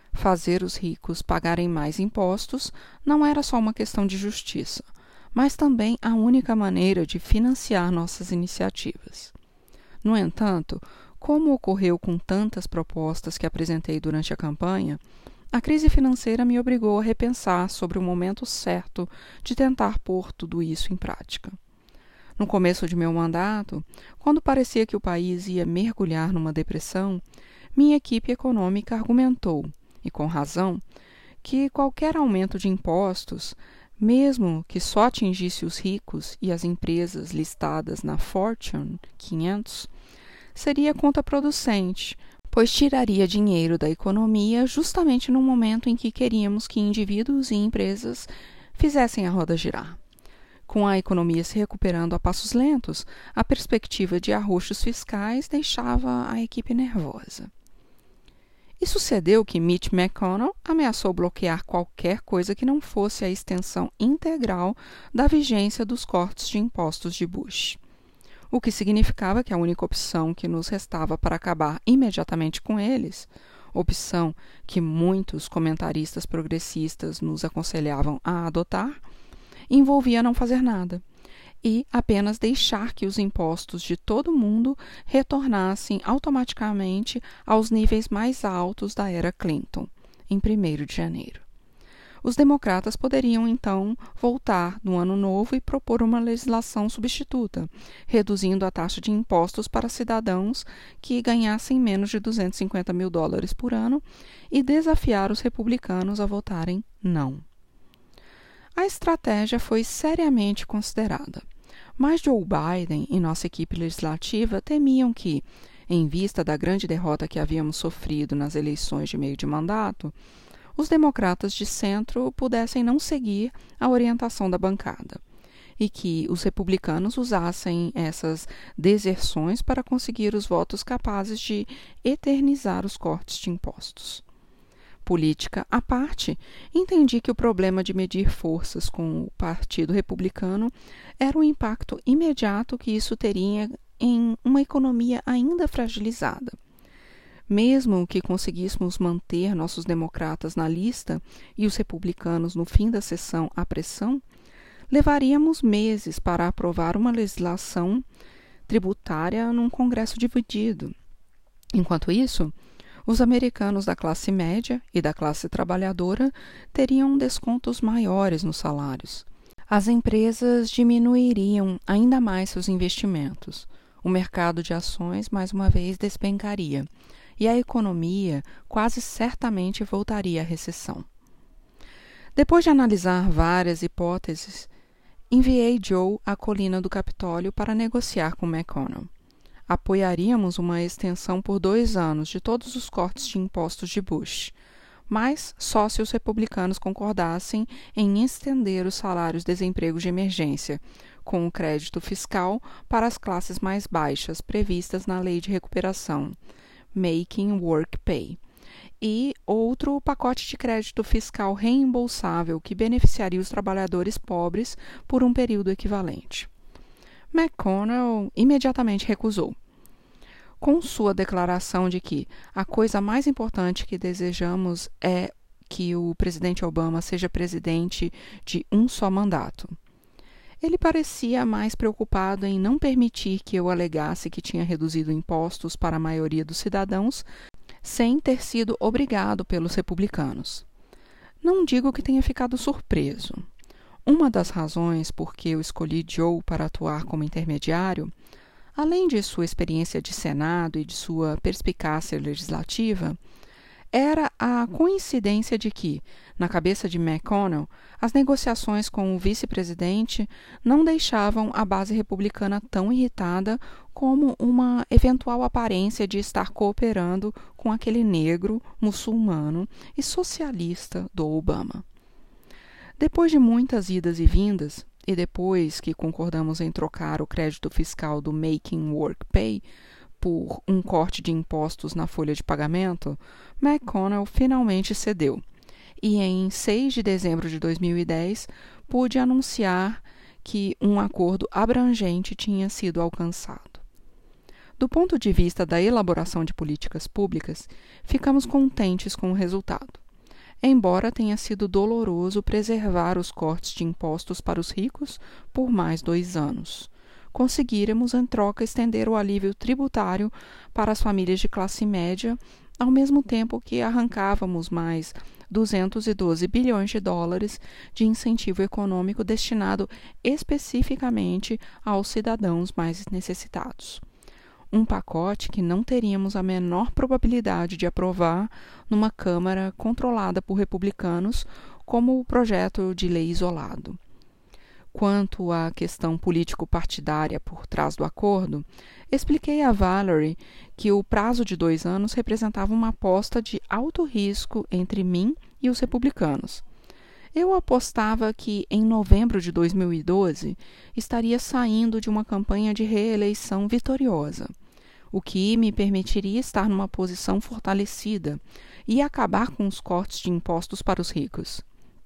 Fazer os ricos pagarem mais impostos não era só uma questão de justiça, mas também a única maneira de financiar nossas iniciativas. No entanto, como ocorreu com tantas propostas que apresentei durante a campanha, a crise financeira me obrigou a repensar sobre o momento certo de tentar pôr tudo isso em prática. No começo de meu mandato, quando parecia que o país ia mergulhar numa depressão, minha equipe econômica argumentou, e com razão, que qualquer aumento de impostos, mesmo que só atingisse os ricos e as empresas listadas na Fortune quinhentos, seria contraproducente, pois tiraria dinheiro da economia justamente no momento em que queríamos que indivíduos e empresas fizessem a roda girar. Com a economia se recuperando a passos lentos, a perspectiva de arroxos fiscais deixava a equipe nervosa. E sucedeu que Mitch McConnell ameaçou bloquear qualquer coisa que não fosse a extensão integral da vigência dos cortes de impostos de Bush, o que significava que a única opção que nos restava para acabar imediatamente com eles, opção que muitos comentaristas progressistas nos aconselhavam a adotar, envolvia não fazer nada e apenas deixar que os impostos de todo mundo retornassem automaticamente aos níveis mais altos da era Clinton, em primeiro de janeiro. Os democratas poderiam, então, voltar no ano novo e propor uma legislação substituta, reduzindo a taxa de impostos para cidadãos que ganhassem menos de duzentos e cinquenta mil dólares por ano e desafiar os republicanos a votarem não. A estratégia foi seriamente considerada, mas Joe Biden e nossa equipe legislativa temiam que, em vista da grande derrota que havíamos sofrido nas eleições de meio de mandato, os democratas de centro pudessem não seguir a orientação da bancada e que os republicanos usassem essas deserções para conseguir os votos capazes de eternizar os cortes de impostos. Política à parte, entendi que o problema de medir forças com o Partido Republicano era o impacto imediato que isso teria em uma economia ainda fragilizada. Mesmo que conseguíssemos manter nossos democratas na lista e os republicanos no fim da sessão à pressão, levaríamos meses para aprovar uma legislação tributária num Congresso dividido. Enquanto isso, os americanos da classe média e da classe trabalhadora teriam descontos maiores nos salários. As empresas diminuiriam ainda mais seus investimentos. O mercado de ações, mais uma vez, despencaria. E a economia quase certamente voltaria à recessão. Depois de analisar várias hipóteses, enviei Joe à colina do Capitólio para negociar com McConnell. Apoiaríamos uma extensão por dois anos de todos os cortes de impostos de Bush, mas só se os republicanos concordassem em estender os salários-desemprego de emergência, com o crédito fiscal para as classes mais baixas previstas na Lei de Recuperação, Making Work Pay, e outro pacote de crédito fiscal reembolsável que beneficiaria os trabalhadores pobres por um período equivalente. McConnell imediatamente recusou, com sua declaração de que a coisa mais importante que desejamos é que o presidente Obama seja presidente de um só mandato. Ele parecia mais preocupado em não permitir que eu alegasse que tinha reduzido impostos para a maioria dos cidadãos sem ter sido obrigado pelos republicanos. Não digo que tenha ficado surpreso. Uma das razões por que eu escolhi Joe para atuar como intermediário, além de sua experiência de Senado e de sua perspicácia legislativa, era a coincidência de que, na cabeça de McConnell, as negociações com o vice-presidente não deixavam a base republicana tão irritada como uma eventual aparência de estar cooperando com aquele negro, muçulmano e socialista do Obama. Depois de muitas idas e vindas, e depois que concordamos em trocar o crédito fiscal do Making Work Pay por um corte de impostos na folha de pagamento, McConnell finalmente cedeu. E em seis de dezembro de dois mil e dez, pude anunciar que um acordo abrangente tinha sido alcançado. Do ponto de vista da elaboração de políticas públicas, ficamos contentes com o resultado. embora tenha sido doloroso preservar os cortes de impostos para os ricos por mais dois anos. Conseguiremos, em troca, estender o alívio tributário para as famílias de classe média, ao mesmo tempo que arrancávamos mais duzentos e doze bilhões de dólares de incentivo econômico destinado especificamente aos cidadãos mais necessitados. Um pacote que não teríamos a menor probabilidade de aprovar numa Câmara controlada por republicanos, como o projeto de lei isolado. Quanto à questão político-partidária por trás do acordo, expliquei a Valerie que o prazo de dois anos representava uma aposta de alto risco entre mim e os republicanos. Eu apostava que, em novembro de dois mil e doze, estaria saindo de uma campanha de reeleição vitoriosa, o que me permitiria estar numa posição fortalecida e acabar com os cortes de impostos para os ricos.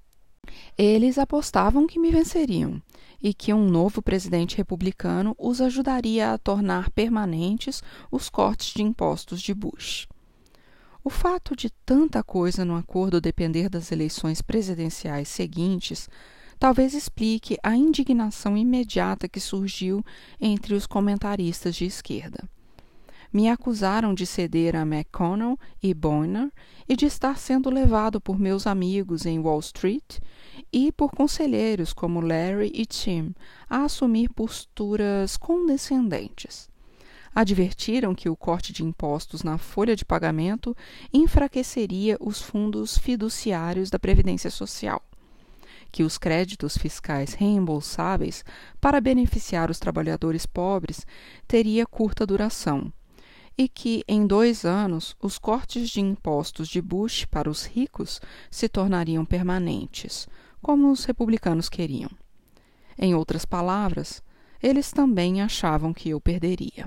Eles apostavam que me venceriam e que um novo presidente republicano os ajudaria a tornar permanentes os cortes de impostos de Bush. O fato de tanta coisa no acordo depender das eleições presidenciais seguintes talvez explique a indignação imediata que surgiu entre os comentaristas de esquerda. Me acusaram de ceder a McConnell e Boehner e de estar sendo levado por meus amigos em Wall Street e por conselheiros como Larry e Tim a assumir posturas condescendentes. Advertiram que o corte de impostos na folha de pagamento enfraqueceria os fundos fiduciários da Previdência Social, que os créditos fiscais reembolsáveis para beneficiar os trabalhadores pobres teria curta duração, e que, em dois anos, os cortes de impostos de Bush para os ricos se tornariam permanentes, como os republicanos queriam. Em outras palavras, eles também achavam que eu perderia.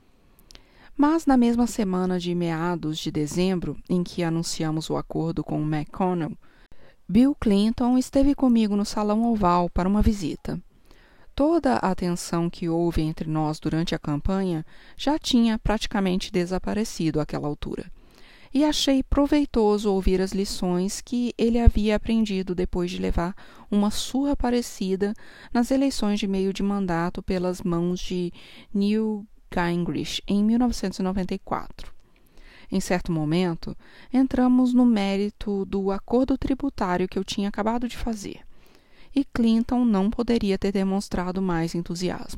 Mas, na mesma semana de meados de dezembro, em que anunciamos o acordo com McConnell, Bill Clinton esteve comigo no Salão Oval para uma visita. Toda a tensão que houve entre nós durante a campanha já tinha praticamente desaparecido àquela altura, e achei proveitoso ouvir as lições que ele havia aprendido depois de levar uma surra parecida nas eleições de meio de mandato pelas mãos de Newt Gingrich em mil novecentos e noventa e quatro. Em certo momento, entramos no mérito do acordo tributário que eu tinha acabado de fazer, e Clinton não poderia ter demonstrado mais entusiasmo.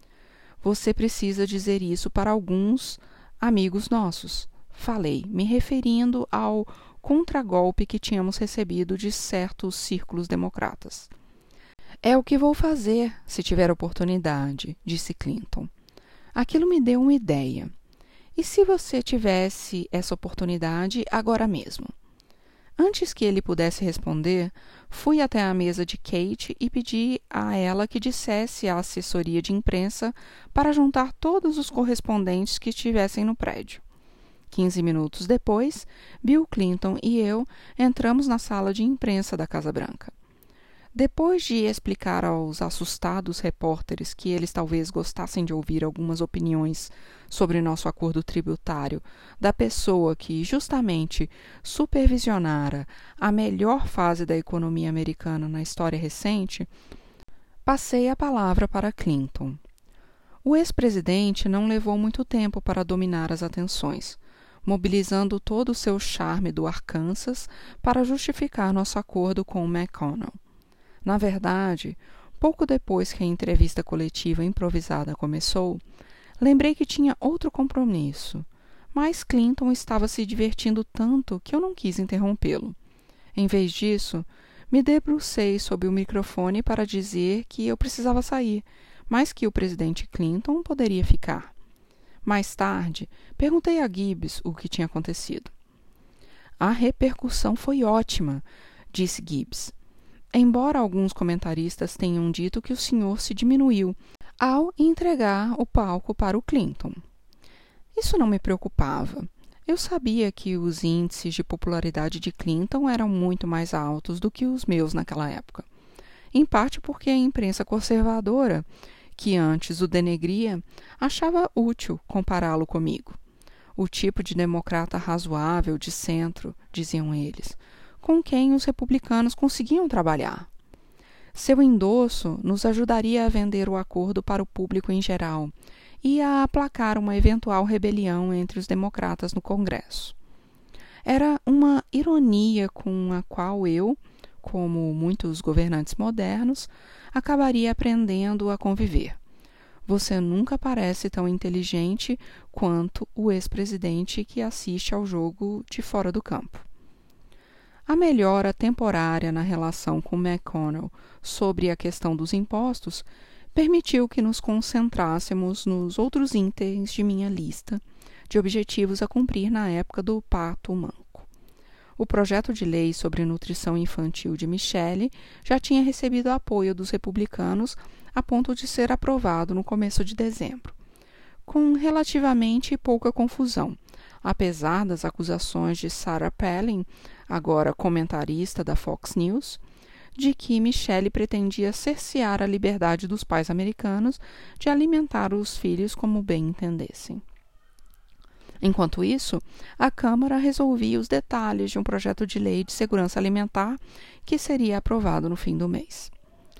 Você precisa dizer isso para alguns amigos nossos, falei, me referindo ao contragolpe que tínhamos recebido de certos círculos democratas. É o que vou fazer, se tiver oportunidade, disse Clinton. Aquilo me deu uma ideia. E se você tivesse essa oportunidade agora mesmo? Antes que ele pudesse responder, fui até a mesa de Kate e pedi a ela que dissesse à assessoria de imprensa para juntar todos os correspondentes que estivessem no prédio. Quinze minutos depois, Bill Clinton e eu entramos na sala de imprensa da Casa Branca. Depois de explicar aos assustados repórteres que eles talvez gostassem de ouvir algumas opiniões sobre nosso acordo tributário da pessoa que justamente supervisionara a melhor fase da economia americana na história recente, passei a palavra para Clinton. O ex-presidente não levou muito tempo para dominar as atenções, mobilizando todo o seu charme do Arkansas para justificar nosso acordo com McConnell. Na verdade, pouco depois que a entrevista coletiva improvisada começou, lembrei que tinha outro compromisso, mas Clinton estava se divertindo tanto que eu não quis interrompê-lo. Em vez disso, me debrucei sob o microfone para dizer que eu precisava sair, mas que o presidente Clinton poderia ficar. Mais tarde, perguntei a Gibbs o que tinha acontecido. A repercussão foi ótima, disse Gibbs. Embora alguns comentaristas tenham dito que o senhor se diminuiu ao entregar o palco para o Clinton. Isso não me preocupava. Eu sabia que os índices de popularidade de Clinton eram muito mais altos do que os meus naquela época. Em parte porque a imprensa conservadora, que antes o denegria, achava útil compará-lo comigo. O tipo de democrata razoável, de centro, diziam eles, com quem os republicanos conseguiam trabalhar. Seu endosso nos ajudaria a vender o acordo para o público em geral e a aplacar uma eventual rebelião entre os democratas no Congresso. Era uma ironia com a qual eu, como muitos governantes modernos, acabaria aprendendo a conviver. Você nunca parece tão inteligente quanto o ex-presidente que assiste ao jogo de fora do campo. A melhora temporária na relação com McConnell sobre a questão dos impostos permitiu que nos concentrássemos nos outros itens de minha lista de objetivos a cumprir na época do Pato Manco. O projeto de lei sobre nutrição infantil de Michelle já tinha recebido apoio dos republicanos a ponto de ser aprovado no começo de dezembro, com relativamente pouca confusão, apesar das acusações de Sarah Palin, agora comentarista da Fox News, de que Michelle pretendia cercear a liberdade dos pais americanos de alimentar os filhos como bem entendessem. Enquanto isso, a Câmara resolvia os detalhes de um projeto de lei de segurança alimentar que seria aprovado no fim do mês.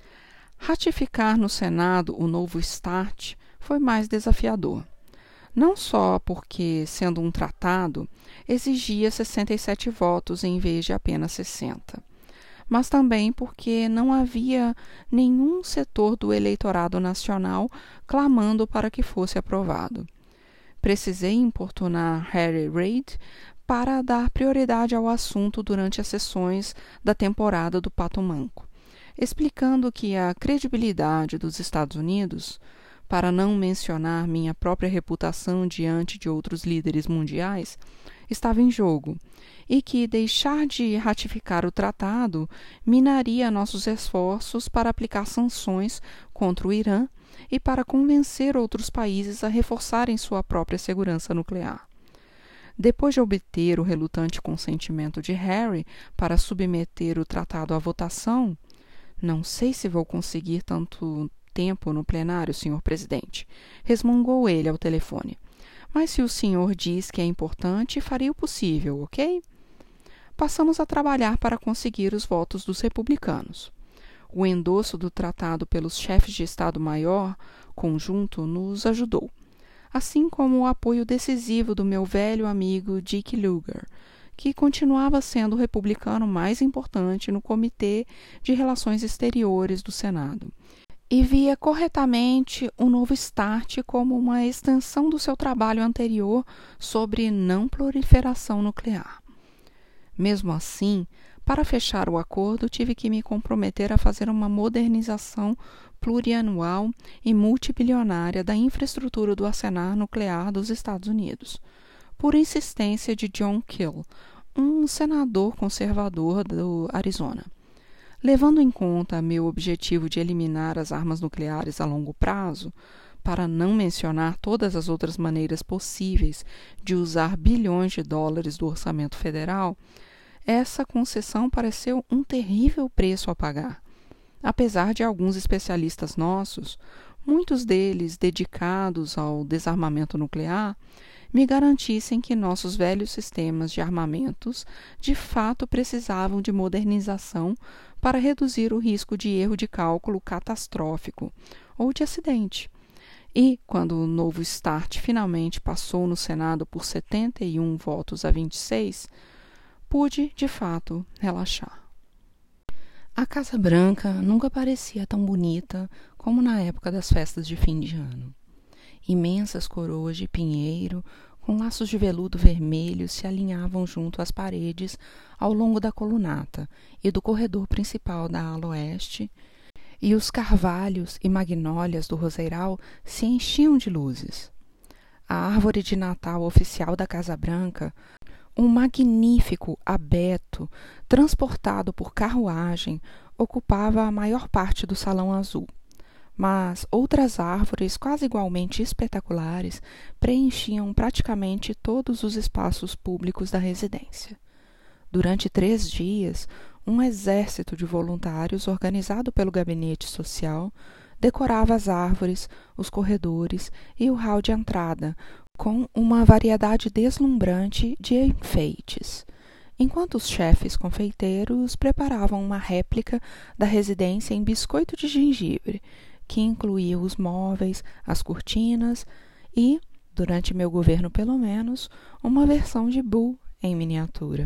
Ratificar no Senado o novo START foi mais desafiador. Não só porque, sendo um tratado, exigia sessenta e sete votos em vez de apenas sessenta, mas também porque não havia nenhum setor do eleitorado nacional clamando para que fosse aprovado. Precisei importunar Harry Reid para dar prioridade ao assunto durante as sessões da temporada do Pato Manco, explicando que a credibilidade dos Estados Unidos, para não mencionar minha própria reputação diante de outros líderes mundiais, estava em jogo, e que deixar de ratificar o tratado minaria nossos esforços para aplicar sanções contra o Irã e para convencer outros países a reforçarem sua própria segurança nuclear. Depois de obter o relutante consentimento de Harry para submeter o tratado à votação, não sei se vou conseguir tanto tempo no plenário, senhor presidente, resmungou ele ao telefone. Mas se o senhor diz que é importante, farei o possível, ok? Passamos a trabalhar para conseguir os votos dos republicanos. O endosso do tratado pelos chefes de Estado-Maior conjunto nos ajudou, assim como o apoio decisivo do meu velho amigo Dick Lugar, que continuava sendo o republicano mais importante no Comitê de Relações Exteriores do Senado, e via corretamente o novo START como uma extensão do seu trabalho anterior sobre não proliferação nuclear. Mesmo assim, para fechar o acordo, tive que me comprometer a fazer uma modernização plurianual e multibilionária da infraestrutura do arsenal nuclear dos Estados Unidos, por insistência de John Kill, um senador conservador do Arizona. Levando em conta meu objetivo de eliminar as armas nucleares a longo prazo, para não mencionar todas as outras maneiras possíveis de usar bilhões de dólares do orçamento federal, essa concessão pareceu um terrível preço a pagar. Apesar de alguns especialistas nossos, muitos deles dedicados ao desarmamento nuclear, me garantissem que nossos velhos sistemas de armamentos de fato precisavam de modernização para reduzir o risco de erro de cálculo catastrófico ou de acidente. E, quando o novo START finalmente passou no Senado por setenta e um votos a vinte e seis, pude, de fato, relaxar. A Casa Branca nunca parecia tão bonita como na época das festas de fim de ano. Imensas coroas de pinheiro, com laços de veludo vermelho, se alinhavam junto às paredes ao longo da colunata e do corredor principal da ala oeste, e os carvalhos e magnólias do roseiral se enchiam de luzes. A árvore de Natal oficial da Casa Branca, um magnífico abeto transportado por carruagem, ocupava a maior parte do salão azul, mas outras árvores quase igualmente espetaculares preenchiam praticamente todos os espaços públicos da residência. Durante três dias, um exército de voluntários organizado pelo gabinete social decorava as árvores, os corredores e o hall de entrada com uma variedade deslumbrante de enfeites. enquanto os chefes confeiteiros preparavam uma réplica da residência em biscoito de gengibre, que incluía os móveis, as cortinas e, durante meu governo pelo menos, uma versão de Boo em miniatura.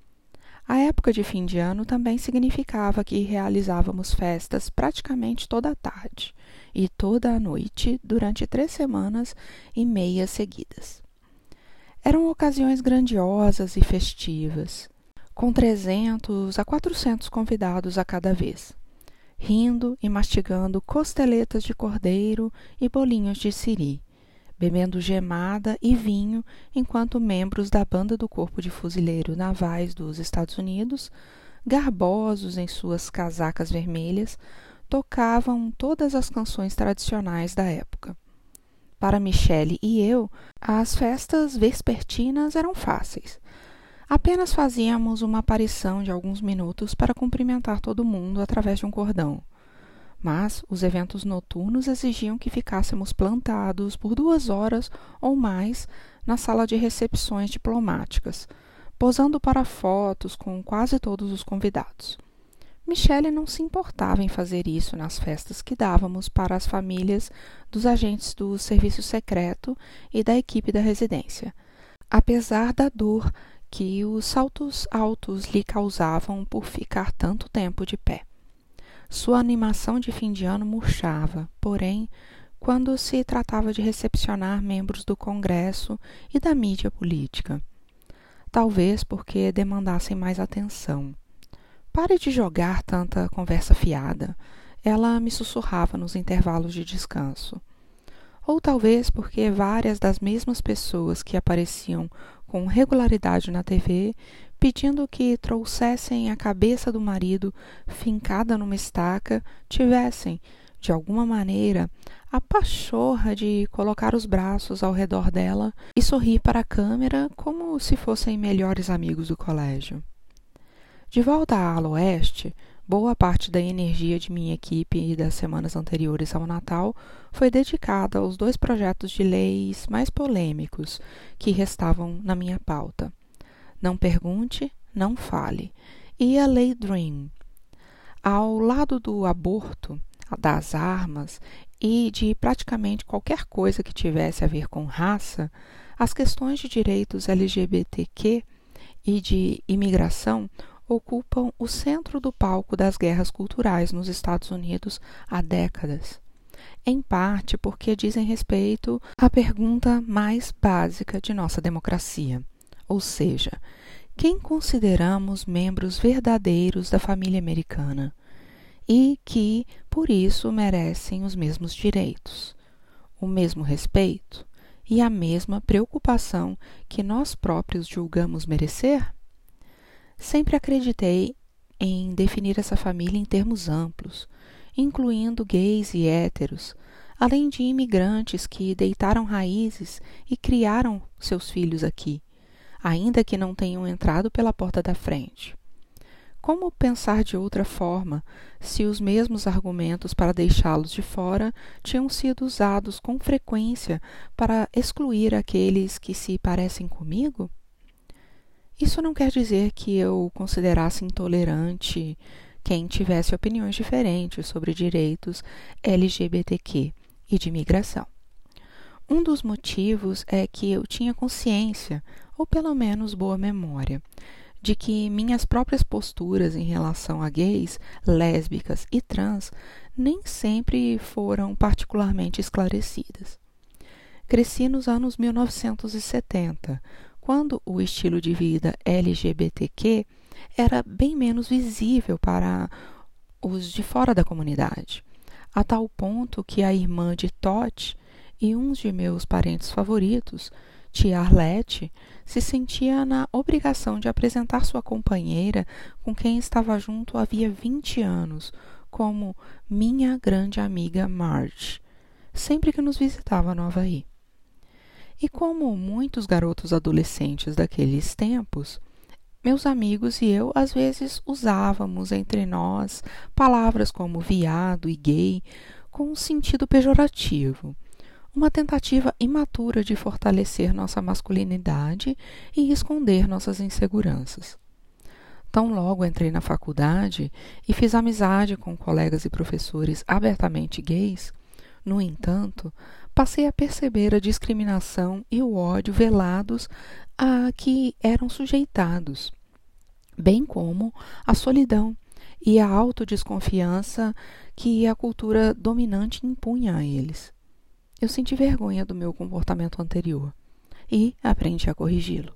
A época de fim de ano também significava que realizávamos festas praticamente toda a tarde e toda a noite durante três semanas e meia seguidas. Eram ocasiões grandiosas e festivas, com trezentos a quatrocentos convidados a cada vez, rindo e mastigando costeletas de cordeiro e bolinhos de siri, bebendo gemada e vinho enquanto membros da banda do Corpo de Fuzileiros Navais dos Estados Unidos, garbosos em suas casacas vermelhas, tocavam todas as canções tradicionais da época. Para Michele e eu, as festas vespertinas eram fáceis. Apenas fazíamos uma aparição de alguns minutos para cumprimentar todo mundo através de um cordão. Mas os eventos noturnos exigiam que ficássemos plantados por duas horas ou mais na sala de recepções diplomáticas, posando para fotos com quase todos os convidados. Michele não se importava em fazer isso nas festas que dávamos para as famílias dos agentes do serviço secreto e da equipe da residência, apesar da dor que os saltos altos lhe causavam por ficar tanto tempo de pé. Sua animação de fim de ano murchava, porém, quando se tratava de recepcionar membros do Congresso e da mídia política. Talvez porque demandassem mais atenção. Pare de jogar tanta conversa fiada, ela me sussurrava nos intervalos de descanso. Ou talvez porque várias das mesmas pessoas que apareciam com regularidade na T V, pedindo que trouxessem a cabeça do marido fincada numa estaca, tivessem, de alguma maneira, a pachorra de colocar os braços ao redor dela e sorrir para a câmera como se fossem melhores amigos do colégio. De volta à ala oeste, boa parte da energia de minha equipe e das semanas anteriores ao Natal foi dedicada aos dois projetos de leis mais polêmicos que restavam na minha pauta. Não pergunte, não fale, e a Lei Dream. Ao lado do aborto, das armas e de praticamente qualquer coisa que tivesse a ver com raça, as questões de direitos L G B T Q e de imigração ocupam o centro do palco das guerras culturais nos Estados Unidos há décadas. Em parte porque dizem respeito à pergunta mais básica de nossa democracia, ou seja, quem consideramos membros verdadeiros da família americana e que, por isso, merecem os mesmos direitos, o mesmo respeito e a mesma preocupação que nós próprios julgamos merecer? Sempre acreditei em definir essa família em termos amplos, incluindo gays e héteros, além de imigrantes que deitaram raízes e criaram seus filhos aqui, ainda que não tenham entrado pela porta da frente. Como pensar de outra forma se os mesmos argumentos para deixá-los de fora tinham sido usados com frequência para excluir aqueles que se parecem comigo? Isso não quer dizer que eu considerasse intolerante quem tivesse opiniões diferentes sobre direitos L G B T Q e de imigração. Um dos motivos é que eu tinha consciência, ou pelo menos boa memória, de que minhas próprias posturas em relação a gays, lésbicas e trans nem sempre foram particularmente esclarecidas. Cresci nos anos mil novecentos e setenta, quando o estilo de vida L G B T Q era bem menos visível para os de fora da comunidade, a tal ponto que a irmã de Todd e um de meus parentes favoritos, tia Arlete, se sentia na obrigação de apresentar sua companheira com quem estava junto havia vinte anos como minha grande amiga Marge, sempre que nos visitava no Havaí. E como muitos garotos adolescentes daqueles tempos, meus amigos e eu às vezes usávamos entre nós palavras como viado e gay com um sentido pejorativo, uma tentativa imatura de fortalecer nossa masculinidade e esconder nossas inseguranças. Tão logo entrei na faculdade e fiz amizade com colegas e professores abertamente gays, no entanto, passei a perceber a discriminação e o ódio velados a que eram sujeitados, bem como a solidão e a autodesconfiança que a cultura dominante impunha a eles. Eu senti vergonha do meu comportamento anterior e aprendi a corrigi-lo.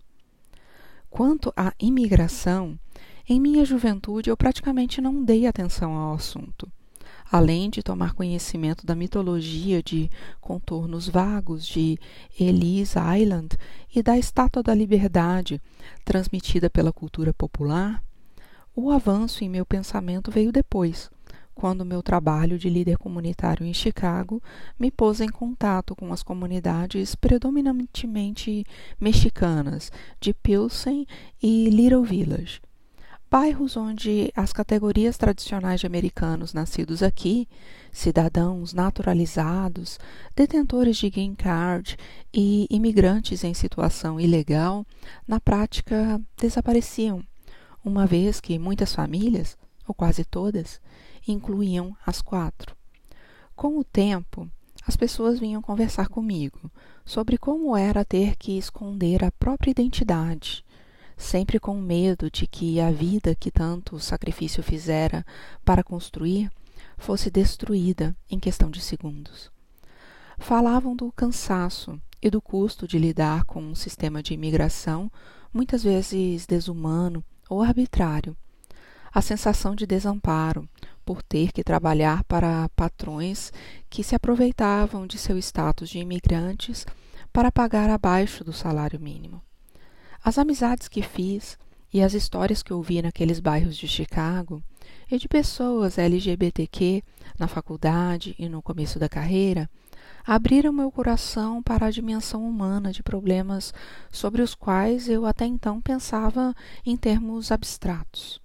Quanto à imigração, em minha juventude eu praticamente não dei atenção ao assunto. Além de tomar conhecimento da mitologia de contornos vagos de Ellis Island e da Estátua da Liberdade transmitida pela cultura popular, o avanço em meu pensamento veio depois, quando meu trabalho de líder comunitário em Chicago me pôs em contato com as comunidades predominantemente mexicanas de Pilsen e Little Village, bairros onde as categorias tradicionais de americanos nascidos aqui, cidadãos naturalizados, detentores de green card e imigrantes em situação ilegal, na prática desapareciam, uma vez que muitas famílias, ou quase todas, incluíam as quatro. Com o tempo, as pessoas vinham conversar comigo sobre como era ter que esconder a própria identidade, sempre com medo de que a vida que tanto sacrifício fizera para construir fosse destruída em questão de segundos. Falavam do cansaço e do custo de lidar com um sistema de imigração muitas vezes desumano ou arbitrário, a sensação de desamparo por ter que trabalhar para patrões que se aproveitavam de seu status de imigrantes para pagar abaixo do salário mínimo. As amizades que fiz e as histórias que ouvi naqueles bairros de Chicago e de pessoas L G B T Q na faculdade e no começo da carreira abriram meu coração para a dimensão humana de problemas sobre os quais eu até então pensava em termos abstratos.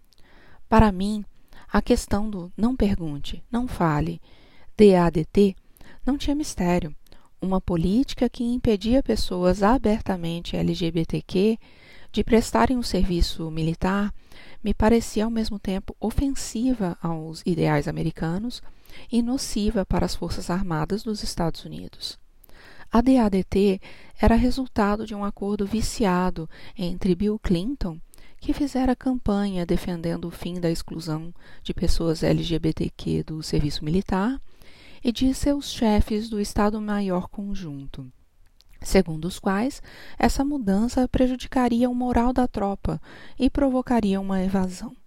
Para mim, a questão do não pergunte, não fale, D A D T, não tinha mistério. Uma política que impedia pessoas abertamente L G B T Q de prestarem um serviço militar me parecia ao mesmo tempo ofensiva aos ideais americanos e nociva para as Forças Armadas dos Estados Unidos. A D A D T era resultado de um acordo viciado entre Bill Clinton, que fizera campanha defendendo o fim da exclusão de pessoas L G B T Q do serviço militar, e de seus chefes do Estado-Maior Conjunto, segundo os quais essa mudança prejudicaria o moral da tropa e provocaria uma evasão.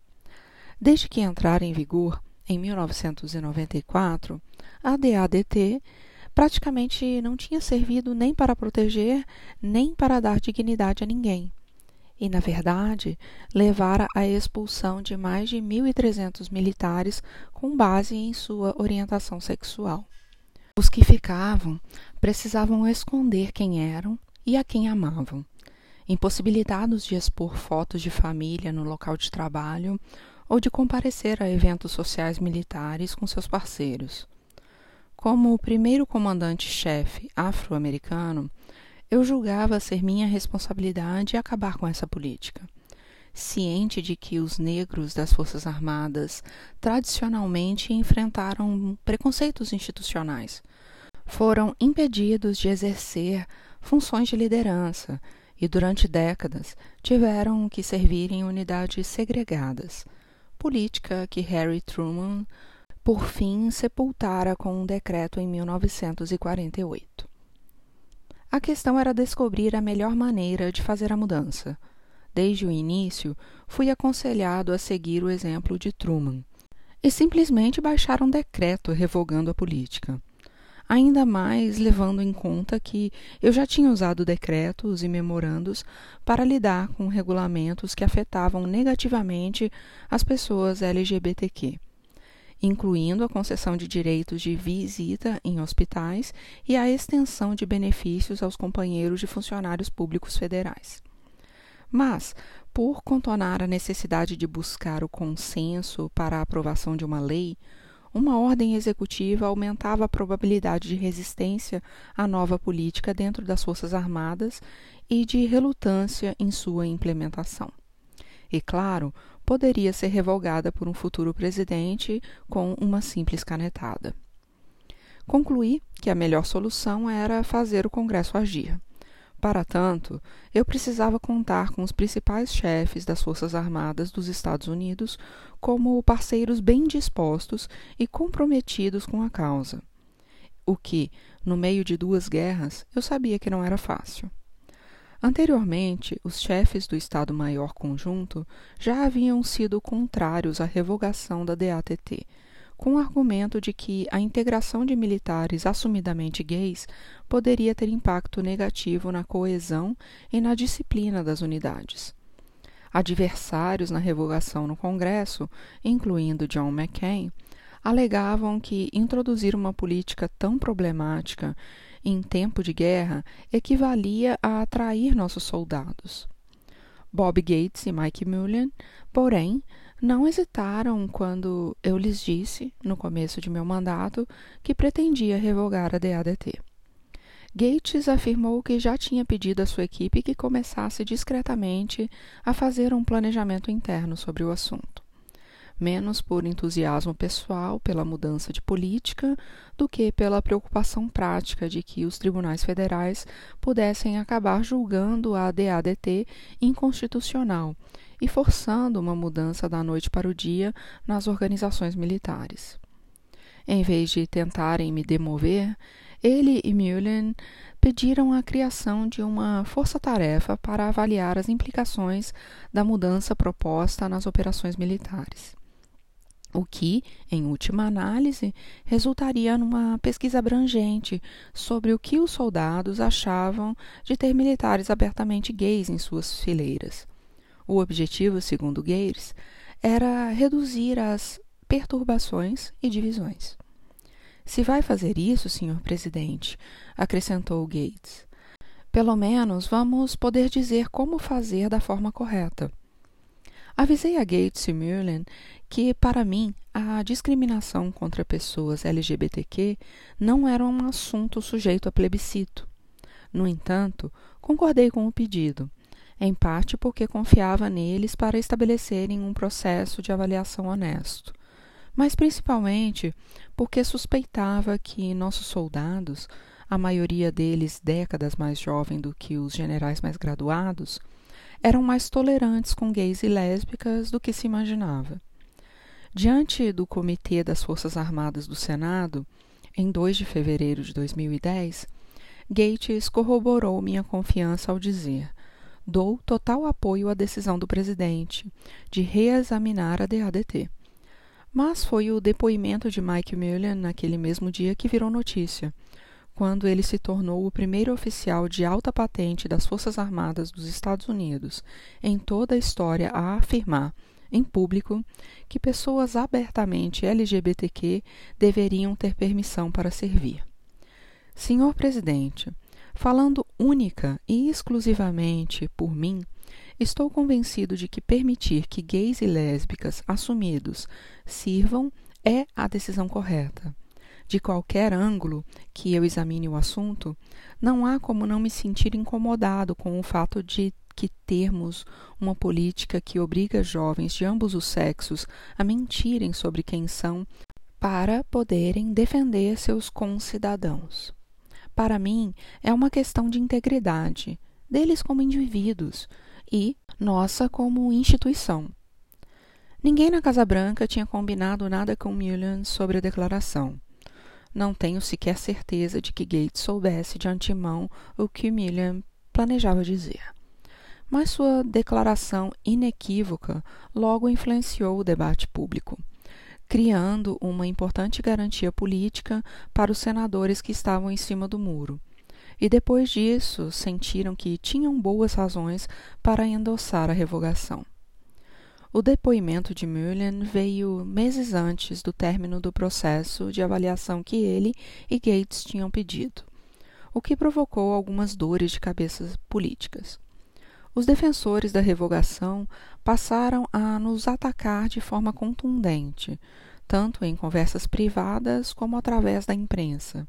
Desde que entrara em vigor, em mil novecentos e noventa e quatro, a D A D T praticamente não tinha servido nem para proteger, nem para dar dignidade a ninguém. E, na verdade, levara à expulsão de mais de mil e trezentos militares com base em sua orientação sexual. Os que ficavam precisavam esconder quem eram e a quem amavam, impossibilitados de expor fotos de família no local de trabalho ou de comparecer a eventos sociais militares com seus parceiros. Como o primeiro comandante-chefe afro-americano, eu julgava ser minha responsabilidade acabar com essa política. Ciente de que os negros das Forças Armadas tradicionalmente enfrentaram preconceitos institucionais, foram impedidos de exercer funções de liderança e, durante décadas, tiveram que servir em unidades segregadas, política que Harry Truman, por fim, sepultara com um decreto em mil novecentos e quarenta e oito. A questão era descobrir a melhor maneira de fazer a mudança. Desde o início, fui aconselhado a seguir o exemplo de Truman e simplesmente baixar um decreto revogando a política. Ainda mais levando em conta que eu já tinha usado decretos e memorandos para lidar com regulamentos que afetavam negativamente as pessoas L G B T Q. Incluindo a concessão de direitos de visita em hospitais e a extensão de benefícios aos companheiros de funcionários públicos federais. Mas, por contornar a necessidade de buscar o consenso para a aprovação de uma lei, uma ordem executiva aumentava a probabilidade de resistência à nova política dentro das Forças Armadas e de relutância em sua implementação. e, claro, poderia ser revogada por um futuro presidente com uma simples canetada. Concluí que a melhor solução era fazer o Congresso agir. Para tanto, eu precisava contar com os principais chefes das Forças Armadas dos Estados Unidos como parceiros bem dispostos e comprometidos com a causa, o que, no meio de duas guerras, eu sabia que não era fácil. Anteriormente, os chefes do Estado-Maior Conjunto já haviam sido contrários à revogação da D A T T, com o argumento de que a integração de militares assumidamente gays poderia ter impacto negativo na coesão e na disciplina das unidades. Adversários na revogação no Congresso, incluindo John McCain, alegavam que introduzir uma política tão problemática em tempo de guerra equivalia a atrair nossos soldados. Bob Gates e Mike Mullen, porém, não hesitaram quando eu lhes disse, no começo de meu mandato, que pretendia revogar a D A T T. Gates afirmou que já tinha pedido à sua equipe que começasse discretamente a fazer um planejamento interno sobre o assunto, menos por entusiasmo pessoal pela mudança de política do que pela preocupação prática de que os tribunais federais pudessem acabar julgando a D A T T inconstitucional e forçando uma mudança da noite para o dia nas organizações militares. Em vez de tentarem me demover, ele e Mullen pediram a criação de uma força-tarefa para avaliar as implicações da mudança proposta nas operações militares, o que, em última análise, resultaria numa pesquisa abrangente sobre o que os soldados achavam de ter militares abertamente gays em suas fileiras. O objetivo, segundo Gates, era reduzir as perturbações e divisões. Se vai fazer isso, senhor presidente, acrescentou Gates, pelo menos vamos poder dizer como fazer da forma correta. Avisei a Gates e Mullen que, para mim, a discriminação contra pessoas L G B T Q não era um assunto sujeito a plebiscito. No entanto, concordei com o pedido, em parte porque confiava neles para estabelecerem um processo de avaliação honesto, mas principalmente porque suspeitava que nossos soldados, a maioria deles décadas mais jovem do que os generais mais graduados, eram mais tolerantes com gays e lésbicas do que se imaginava. Diante do Comitê das Forças Armadas do Senado, em dois de fevereiro de dois mil e dez, Gates corroborou minha confiança ao dizer: dou total apoio à decisão do presidente de reexaminar a D A T T. Mas foi o depoimento de Mike Mullen naquele mesmo dia que virou notícia, quando ele se tornou o primeiro oficial de alta patente das Forças Armadas dos Estados Unidos em toda a história a afirmar, em público, que pessoas abertamente L G B T Q deveriam ter permissão para servir. Senhor presidente, falando única e exclusivamente por mim, estou convencido de que permitir que gays e lésbicas assumidos sirvam é a decisão correta. De qualquer ângulo que eu examine o assunto, não há como não me sentir incomodado com o fato de que termos uma política que obriga jovens de ambos os sexos a mentirem sobre quem são para poderem defender seus concidadãos. Para mim, é uma questão de integridade, deles como indivíduos e nossa como instituição. Ninguém na Casa Branca tinha combinado nada com Mullen sobre a declaração. Não tenho sequer certeza de que Gates soubesse de antemão o que Mullen planejava dizer. Mas sua declaração inequívoca logo influenciou o debate público, criando uma importante garantia política para os senadores que estavam em cima do muro. E depois disso, sentiram que tinham boas razões para endossar a revogação. O depoimento de Mullen veio meses antes do término do processo de avaliação que ele e Gates tinham pedido, o que provocou algumas dores de cabeça políticas. Os defensores da revogação passaram a nos atacar de forma contundente, tanto em conversas privadas como através da imprensa,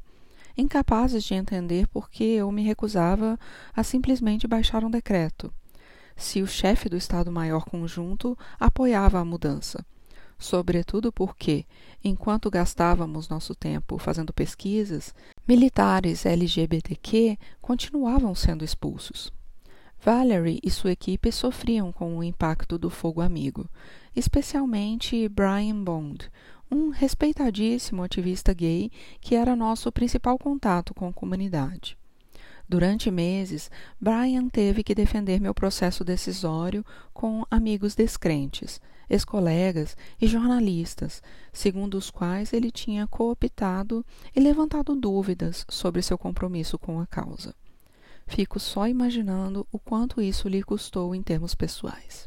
incapazes de entender por que eu me recusava a simplesmente baixar um decreto. se o chefe do Estado-Maior Conjunto apoiava a mudança, sobretudo porque, enquanto gastávamos nosso tempo fazendo pesquisas, militares L G B T Q continuavam sendo expulsos. Valerie e sua equipe sofriam com o impacto do fogo amigo, especialmente Brian Bond, um respeitadíssimo ativista gay que era nosso principal contato com a comunidade. Durante meses, Brian teve que defender meu processo decisório com amigos descrentes, ex-colegas e jornalistas, segundo os quais ele tinha cooptado e levantado dúvidas sobre seu compromisso com a causa. Fico só imaginando o quanto isso lhe custou em termos pessoais.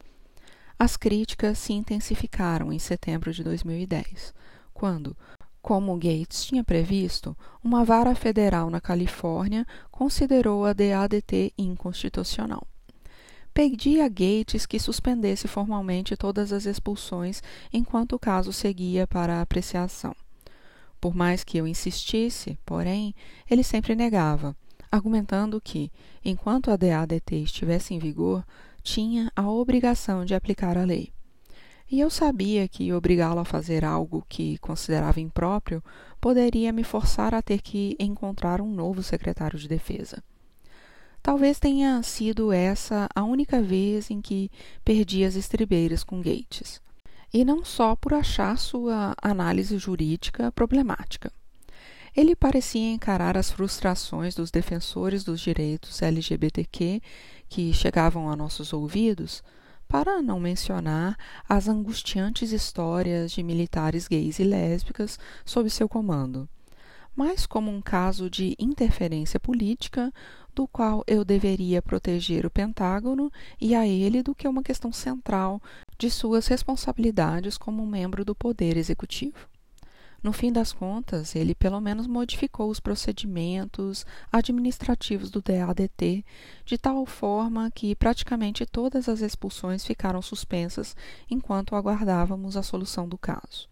As críticas se intensificaram em setembro de dois mil e dez, quando, como Gates tinha previsto, uma vara federal na Califórnia considerou a D A D T inconstitucional. Pedi a Gates que suspendesse formalmente todas as expulsões enquanto o caso seguia para apreciação. Por mais que eu insistisse, porém, ele sempre negava, argumentando que, enquanto a D A D T estivesse em vigor, tinha a obrigação de aplicar a lei. E eu sabia que obrigá-lo a fazer algo que considerava impróprio poderia me forçar a ter que encontrar um novo secretário de defesa. Talvez tenha sido essa a única vez em que perdi as estribeiras com Gates. E não só por achar sua análise jurídica problemática. Ele parecia encarar as frustrações dos defensores dos direitos L G B T Q que chegavam a nossos ouvidos, para não mencionar as angustiantes histórias de militares gays e lésbicas sob seu comando, mas como um caso de interferência política do qual eu deveria proteger o Pentágono e a ele do que uma questão central de suas responsabilidades como membro do Poder Executivo. No fim das contas, ele pelo menos modificou os procedimentos administrativos do D A D T de tal forma que praticamente todas as expulsões ficaram suspensas enquanto aguardávamos a solução do caso.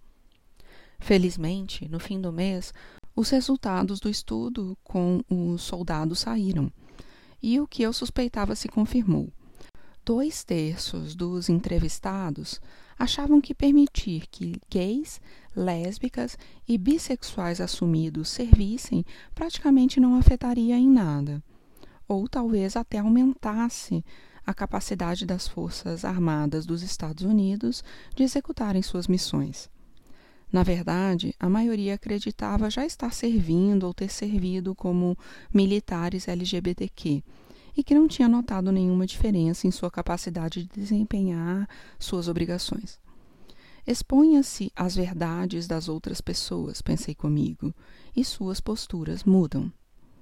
Felizmente, no fim do mês, os resultados do estudo com os soldados saíram, e o que eu suspeitava se confirmou. Dois terços dos entrevistados achavam que permitir que gays, lésbicas e bissexuais assumidos servissem praticamente não afetaria em nada, ou talvez até aumentasse a capacidade das Forças Armadas dos Estados Unidos de executarem suas missões. Na verdade, a maioria acreditava já estar servindo ou ter servido como militares L G B T Q, e que não tinha notado nenhuma diferença em sua capacidade de desempenhar suas obrigações. Exponha-se às verdades das outras pessoas, pensei comigo, e suas posturas mudam.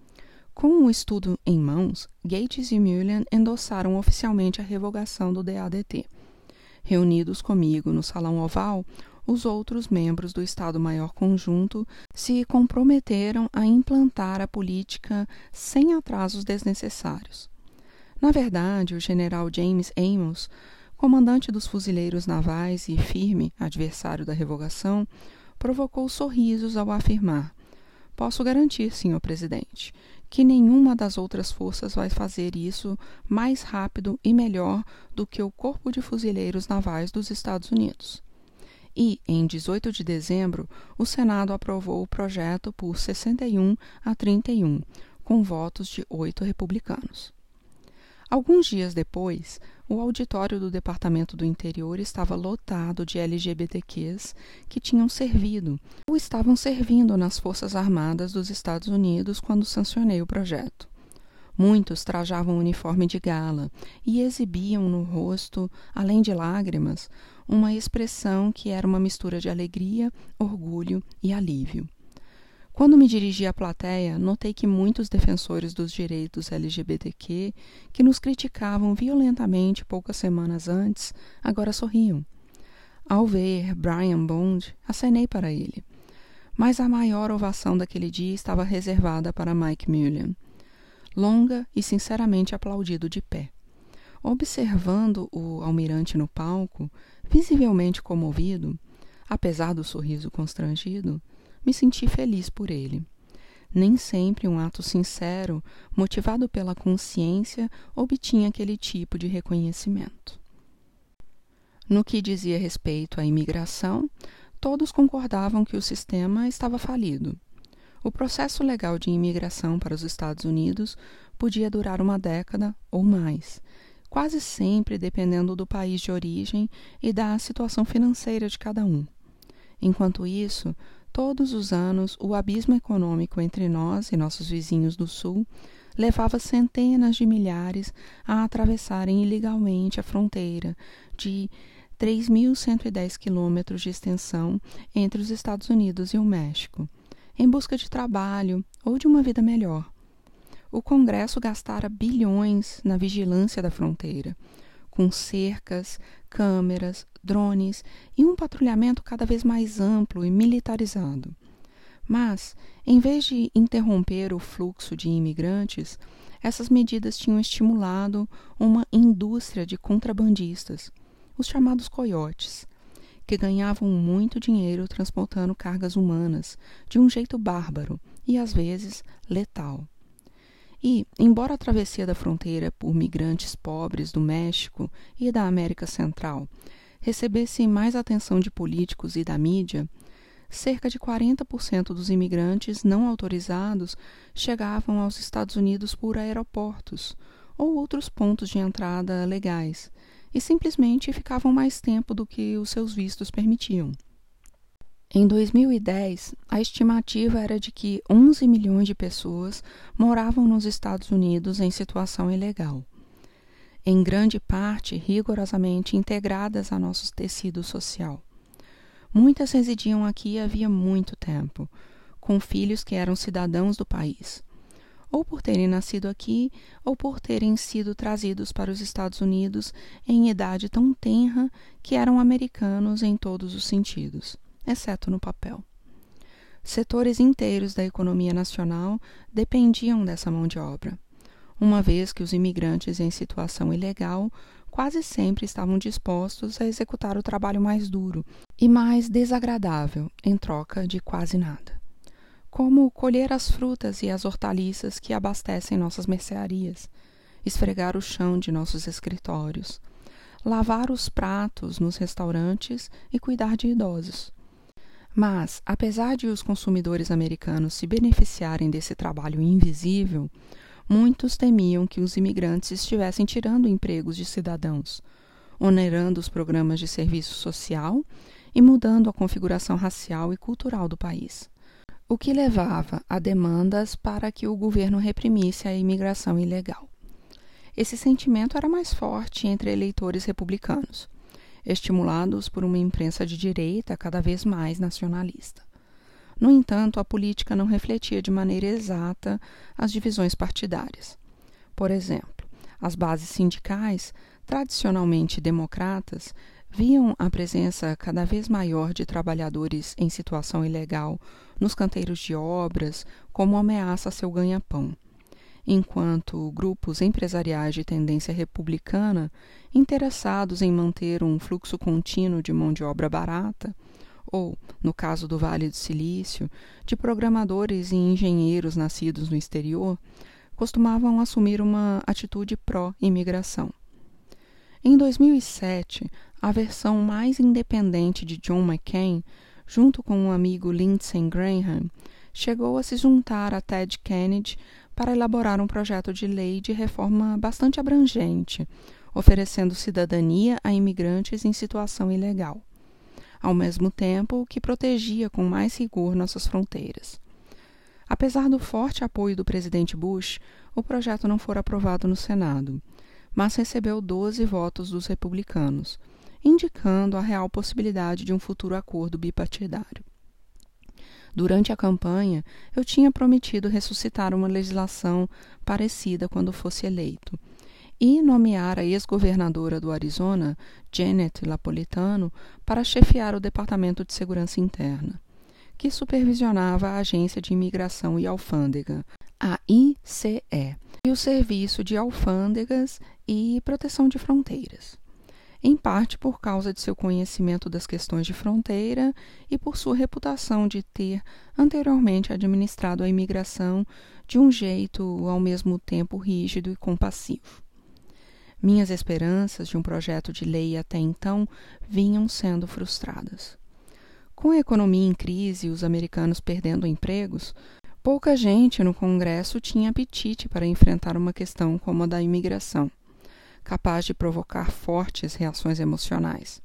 Com o estudo em mãos, Gates e Mullen endossaram oficialmente a revogação do D A D T. Reunidos comigo no Salão Oval, os outros membros do Estado-Maior Conjunto se comprometeram a implantar a política sem atrasos desnecessários. Na verdade, o general James Amos, comandante dos fuzileiros navais e firme adversário da revogação, provocou sorrisos ao afirmar: "Posso garantir, senhor presidente, que nenhuma das outras forças vai fazer isso mais rápido e melhor do que o Corpo de Fuzileiros Navais dos Estados Unidos." E, em dezoito de dezembro, o Senado aprovou o projeto por sessenta e um a trinta e um, com votos de oito republicanos. Alguns dias depois, o auditório do Departamento do Interior estava lotado de L G B T Qs que tinham servido ou estavam servindo nas Forças Armadas dos Estados Unidos quando sancionei o projeto. Muitos trajavam uniforme de gala e exibiam no rosto, além de lágrimas, uma expressão que era uma mistura de alegria, orgulho e alívio. Quando me dirigi à plateia, notei que muitos defensores dos direitos L G B T Q, que nos criticavam violentamente poucas semanas antes, agora sorriam. Ao ver Brian Bond, acenei para ele. Mas a maior ovação daquele dia estava reservada para Mike Mullen, longa e sinceramente aplaudido de pé. Observando o almirante no palco, visivelmente comovido, apesar do sorriso constrangido, me senti feliz por ele. nem sempre um ato sincero, motivado pela consciência, obtinha aquele tipo de reconhecimento. No que dizia respeito à imigração, todos concordavam que o sistema estava falido. O processo legal de imigração para os Estados Unidos podia durar uma década ou mais, quase sempre dependendo do país de origem e da situação financeira de cada um. Enquanto isso, todos os anos, o abismo econômico entre nós e nossos vizinhos do Sul levava centenas de milhares a atravessarem ilegalmente a fronteira de três mil cento e dez quilômetros de extensão entre os Estados Unidos e o México, em busca de trabalho ou de uma vida melhor. O Congresso gastara bilhões na vigilância da fronteira, com cercas, câmeras, drones e um patrulhamento cada vez mais amplo e militarizado. Mas, em vez de interromper o fluxo de imigrantes, essas medidas tinham estimulado uma indústria de contrabandistas, os chamados coiotes, que ganhavam muito dinheiro transportando cargas humanas de um jeito bárbaro e, às vezes, letal. E, embora a travessia da fronteira por migrantes pobres do México e da América Central recebesse mais atenção de políticos e da mídia, cerca de quarenta por cento dos imigrantes não autorizados chegavam aos Estados Unidos por aeroportos ou outros pontos de entrada legais e simplesmente ficavam mais tempo do que os seus vistos permitiam. Em dois mil e dez, a estimativa era de que onze milhões de pessoas moravam nos Estados Unidos em situação ilegal, em grande parte rigorosamente integradas a nosso tecido social. Muitas residiam aqui havia muito tempo, com filhos que eram cidadãos do país, ou por terem nascido aqui, ou por terem sido trazidos para os Estados Unidos em idade tão tenra que eram americanos em todos os sentidos, exceto no papel. Setores inteiros da economia nacional dependiam dessa mão de obra, uma vez que os imigrantes em situação ilegal quase sempre estavam dispostos a executar o trabalho mais duro e mais desagradável em troca de quase nada, como colher as frutas e as hortaliças que abastecem nossas mercearias, esfregar o chão de nossos escritórios, lavar os pratos nos restaurantes e cuidar de idosos. Mas, apesar de os consumidores americanos se beneficiarem desse trabalho invisível, muitos temiam que os imigrantes estivessem tirando empregos de cidadãos, onerando os programas de serviço social e mudando a configuração racial e cultural do país, o que levava a demandas para que o governo reprimisse a imigração ilegal. Esse sentimento era mais forte entre eleitores republicanos, estimulados por uma imprensa de direita cada vez mais nacionalista. No entanto, a política não refletia de maneira exata as divisões partidárias. Por exemplo, as bases sindicais, tradicionalmente democratas, viam a presença cada vez maior de trabalhadores em situação ilegal nos canteiros de obras como ameaça a seu ganha-pão, enquanto grupos empresariais de tendência republicana, interessados em manter um fluxo contínuo de mão de obra barata, ou, no caso do Vale do Silício, de programadores e engenheiros nascidos no exterior, costumavam assumir uma atitude pró-imigração. Em dois mil e sete, a versão mais independente de John McCain, junto com o amigo Lindsey Graham, chegou a se juntar a Ted Kennedy para elaborar um projeto de lei de reforma bastante abrangente, oferecendo cidadania a imigrantes em situação ilegal, ao mesmo tempo que protegia com mais rigor nossas fronteiras. Apesar do forte apoio do presidente Bush, o projeto não foi aprovado no Senado, mas recebeu doze votos dos republicanos, indicando a real possibilidade de um futuro acordo bipartidário. Durante a campanha, eu tinha prometido ressuscitar uma legislação parecida quando fosse eleito, e nomear a ex-governadora do Arizona, Janet Napolitano, para chefiar o Departamento de Segurança Interna, que supervisionava a Agência de Imigração e Alfândega, a I C E, e o Serviço de Alfândegas e Proteção de Fronteiras. em parte por causa de seu conhecimento das questões de fronteira e por sua reputação de ter anteriormente administrado a imigração de um jeito ao mesmo tempo rígido e compassivo. Minhas esperanças de um projeto de lei até então vinham sendo frustradas. Com a economia em crise e os americanos perdendo empregos, pouca gente no Congresso tinha apetite para enfrentar uma questão como a da imigração, capaz de provocar fortes reações emocionais.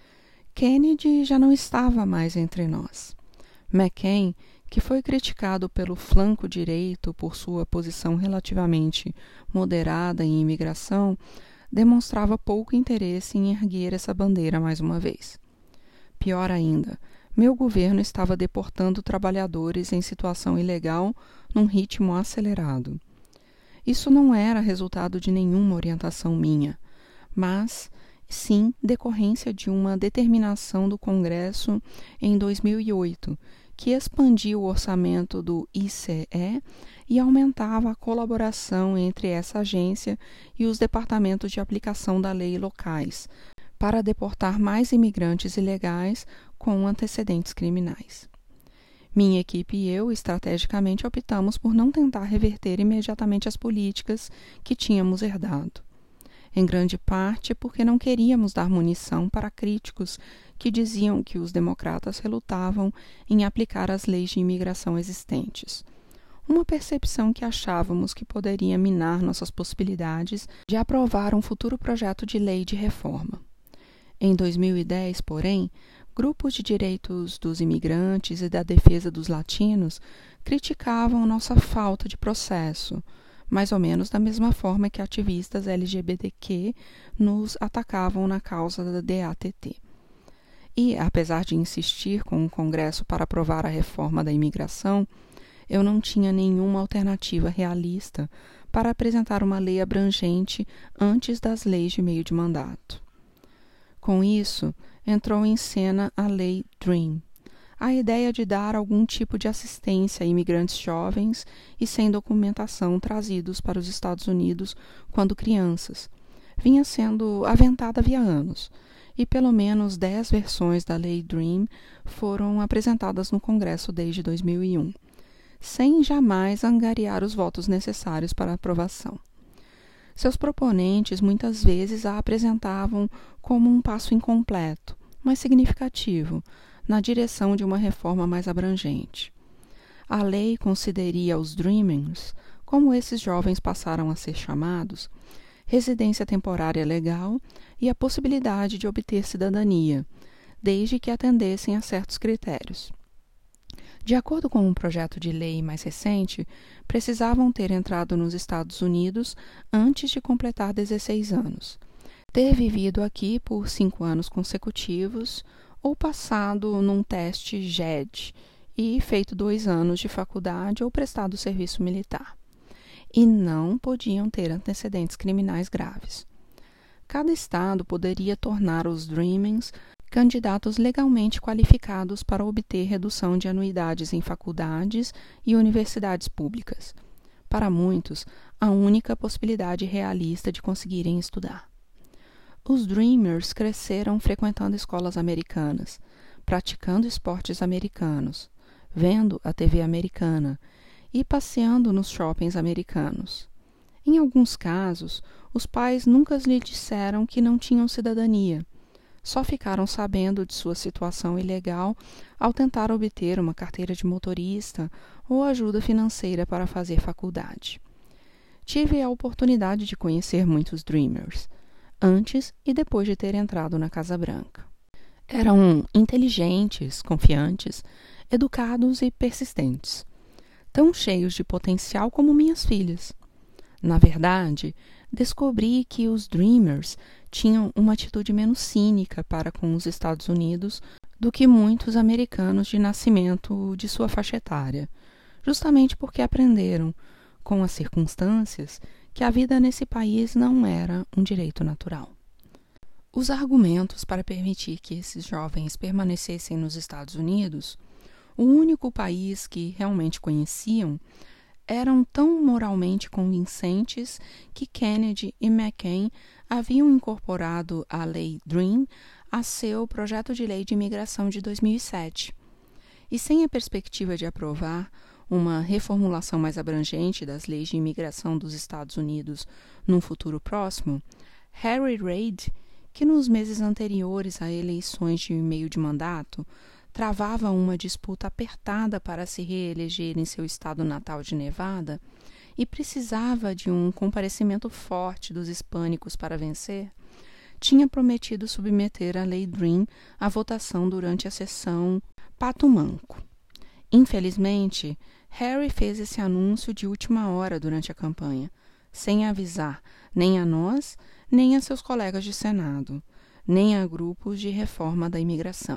Kennedy já não estava mais entre nós. McCain, que foi criticado pelo flanco direito por sua posição relativamente moderada em imigração, demonstrava pouco interesse em erguer essa bandeira mais uma vez. Pior ainda, meu governo estava deportando trabalhadores em situação ilegal num ritmo acelerado. Isso não era resultado de nenhuma orientação minha, mas, sim, decorrência de uma determinação do Congresso em dois mil e oito, que expandia o orçamento do I C E e aumentava a colaboração entre essa agência e os departamentos de aplicação da lei locais, para deportar mais imigrantes ilegais com antecedentes criminais. Minha equipe e eu, estrategicamente, optamos por não tentar reverter imediatamente as políticas que tínhamos herdado. Em grande parte porque não queríamos dar munição para críticos que diziam que os democratas relutavam em aplicar as leis de imigração existentes. Uma percepção que achávamos que poderia minar nossas possibilidades de aprovar um futuro projeto de lei de reforma. Em dois mil e dez, porém, grupos de direitos dos imigrantes e da defesa dos latinos criticavam nossa falta de processo, mais ou menos da mesma forma que ativistas L G B T Q nos atacavam na causa da D A T T. E, apesar de insistir com o Congresso para aprovar a reforma da imigração, eu não tinha nenhuma alternativa realista para apresentar uma lei abrangente antes das leis de meio de mandato. Com isso, entrou em cena a Lei DREAM, a ideia de dar algum tipo de assistência a imigrantes jovens e sem documentação trazidos para os Estados Unidos quando crianças. Vinha sendo aventada havia anos, e pelo menos dez versões da Lei DREAM foram apresentadas no Congresso desde dois mil e um, sem jamais angariar os votos necessários para aprovação. Seus proponentes muitas vezes a apresentavam como um passo incompleto, mas significativo, na direção de uma reforma mais abrangente. A lei consideraria os Dreamers, como esses jovens passaram a ser chamados, residência temporária legal e a possibilidade de obter cidadania, desde que atendessem a certos critérios. De acordo com um projeto de lei mais recente, precisavam ter entrado nos Estados Unidos antes de completar dezesseis anos, ter vivido aqui por cinco anos consecutivos ou passado num teste G E D e feito dois anos de faculdade ou prestado serviço militar. E não podiam ter antecedentes criminais graves. Cada estado poderia tornar os Dreamers candidatos legalmente qualificados para obter redução de anuidades em faculdades e universidades públicas. Para muitos, a única possibilidade realista de conseguirem estudar. Os Dreamers cresceram frequentando escolas americanas, praticando esportes americanos, vendo a T V americana e passeando nos shoppings americanos. Em alguns casos, os pais nunca lhe disseram que não tinham cidadania. Só ficaram sabendo de sua situação ilegal ao tentar obter uma carteira de motorista ou ajuda financeira para fazer faculdade. Tive a oportunidade de conhecer muitos Dreamers, antes e depois de ter entrado na Casa Branca. Eram inteligentes, confiantes, educados e persistentes, tão cheios de potencial como minhas filhas. Na verdade, descobri que os Dreamers tinham uma atitude menos cínica para com os Estados Unidos do que muitos americanos de nascimento de sua faixa etária, justamente porque aprenderam, com as circunstâncias, que a vida nesse país não era um direito natural. Os argumentos para permitir que esses jovens permanecessem nos Estados Unidos, o único país que realmente conheciam, eram tão moralmente convincentes que Kennedy e McCain haviam incorporado a Lei Dream a seu projeto de lei de imigração de dois mil e sete. E sem a perspectiva de aprovar uma reformulação mais abrangente das leis de imigração dos Estados Unidos num futuro próximo, Harry Reid, que nos meses anteriores a eleições de meio de mandato travava uma disputa apertada para se reeleger em seu estado natal de Nevada e precisava de um comparecimento forte dos hispânicos para vencer, tinha prometido submeter a Lei Dream à votação durante a sessão Pato Manco. Infelizmente, Harry fez esse anúncio de última hora durante a campanha, sem avisar nem a nós, nem a seus colegas de Senado, nem a grupos de reforma da imigração.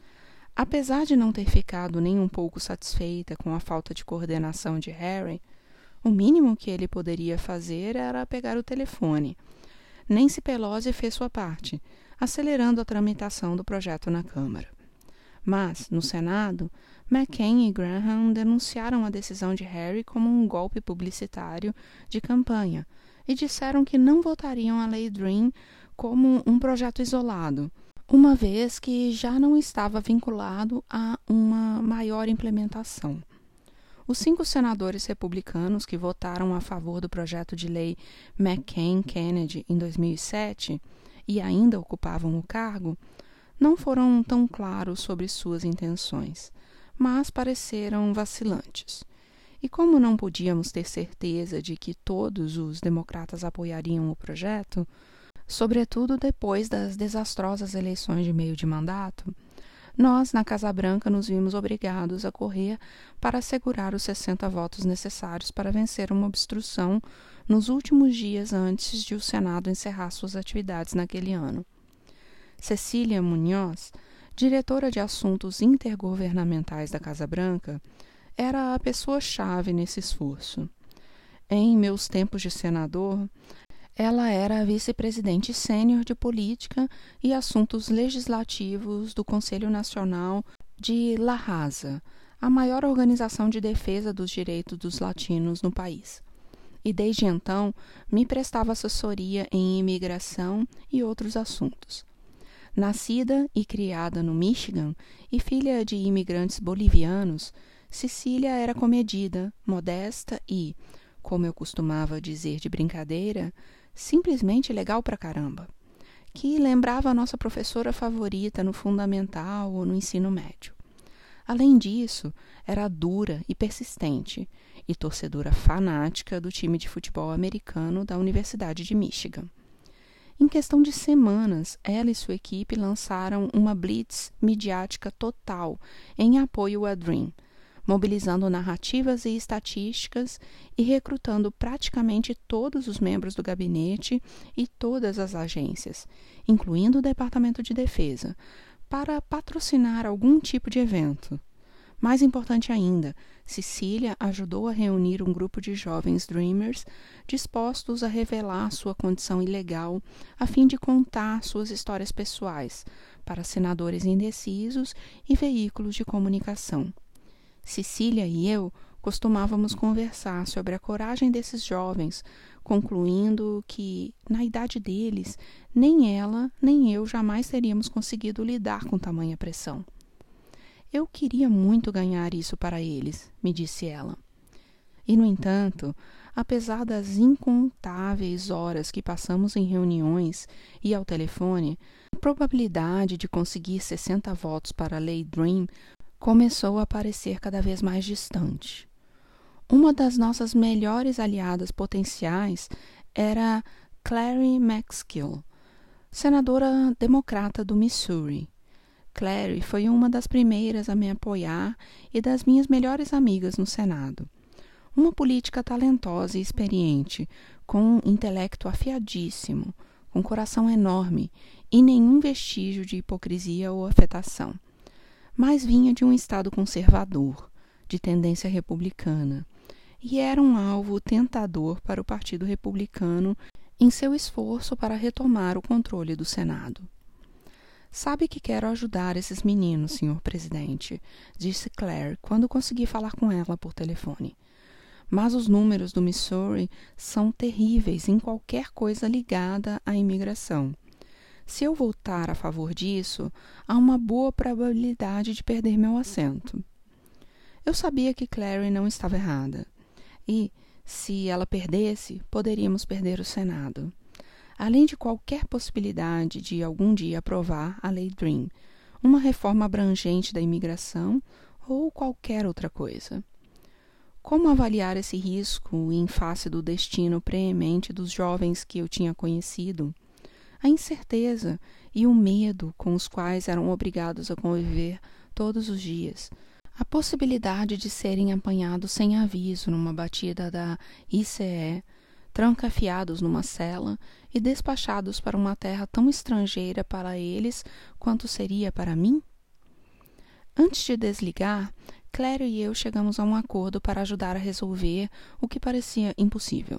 Apesar de não ter ficado nem um pouco satisfeita com a falta de coordenação de Harry, o mínimo que ele poderia fazer era pegar o telefone. Nancy Pelosi fez sua parte, acelerando a tramitação do projeto na Câmara. Mas, no Senado, McCain e Graham denunciaram a decisão de Harry como um golpe publicitário de campanha e disseram que não votariam a Lei Dream como um projeto isolado, uma vez que já não estava vinculado a uma maior implementação. Os cinco senadores republicanos que votaram a favor do projeto de lei McCain-Kennedy em dois mil e sete e ainda ocupavam o cargo, não foram tão claros sobre suas intenções, mas pareceram vacilantes. E como não podíamos ter certeza de que todos os democratas apoiariam o projeto, sobretudo depois das desastrosas eleições de meio de mandato, nós, na Casa Branca, nos vimos obrigados a correr para assegurar os sessenta votos necessários para vencer uma obstrução nos últimos dias antes de o Senado encerrar suas atividades naquele ano. Cecília Munhoz, diretora de assuntos intergovernamentais da Casa Branca, era a pessoa-chave nesse esforço. Em meus tempos de senador, ela era a vice-presidente sênior de Política e Assuntos Legislativos do Conselho Nacional de La Raza, a maior organização de defesa dos direitos dos latinos no país. E desde então me prestava assessoria em imigração e outros assuntos. Nascida e criada no Michigan e filha de imigrantes bolivianos, Cecília era comedida, modesta e, como eu costumava dizer de brincadeira, simplesmente legal pra caramba, que lembrava a nossa professora favorita no fundamental ou no ensino médio. Além disso, era dura e persistente, e torcedora fanática do time de futebol americano da Universidade de Michigan. Em questão de semanas, ela e sua equipe lançaram uma blitz midiática total em apoio à Dream, mobilizando narrativas e estatísticas e recrutando praticamente todos os membros do gabinete e todas as agências, incluindo o Departamento de Defesa, para patrocinar algum tipo de evento. Mais importante ainda, Cecília ajudou a reunir um grupo de jovens Dreamers dispostos a revelar sua condição ilegal a fim de contar suas histórias pessoais para senadores indecisos e veículos de comunicação. Cecília e eu costumávamos conversar sobre a coragem desses jovens, concluindo que, na idade deles, nem ela nem eu jamais teríamos conseguido lidar com tamanha pressão. Eu queria muito ganhar isso para eles, me disse ela. E, no entanto, apesar das incontáveis horas que passamos em reuniões e ao telefone, a probabilidade de conseguir sessenta votos para a Lei Dream começou a parecer cada vez mais distante. Uma das nossas melhores aliadas potenciais era Clary McSkill, senadora democrata do Missouri. Clary foi uma das primeiras a me apoiar e das minhas melhores amigas no Senado. Uma política talentosa e experiente, com um intelecto afiadíssimo, com coração enorme e nenhum vestígio de hipocrisia ou afetação. Mas vinha de um estado conservador, de tendência republicana, e era um alvo tentador para o Partido Republicano em seu esforço para retomar o controle do Senado. Sabe que quero ajudar esses meninos, senhor presidente, disse Claire quando consegui falar com ela por telefone. Mas os números do Missouri são terríveis em qualquer coisa ligada à imigração. Se eu votar a favor disso, há uma boa probabilidade de perder meu assento. Eu sabia que Clary não estava errada. E, se ela perdesse, poderíamos perder o Senado. Além de qualquer possibilidade de algum dia aprovar a Lei Dream, uma reforma abrangente da imigração ou qualquer outra coisa. Como avaliar esse risco em face do destino preemente dos jovens que eu tinha conhecido? A incerteza e o medo com os quais eram obrigados a conviver todos os dias. A possibilidade de serem apanhados sem aviso numa batida da I C E, trancafiados numa cela e despachados para uma terra tão estrangeira para eles quanto seria para mim? Antes de desligar, Clary e eu chegamos a um acordo para ajudar a resolver o que parecia impossível.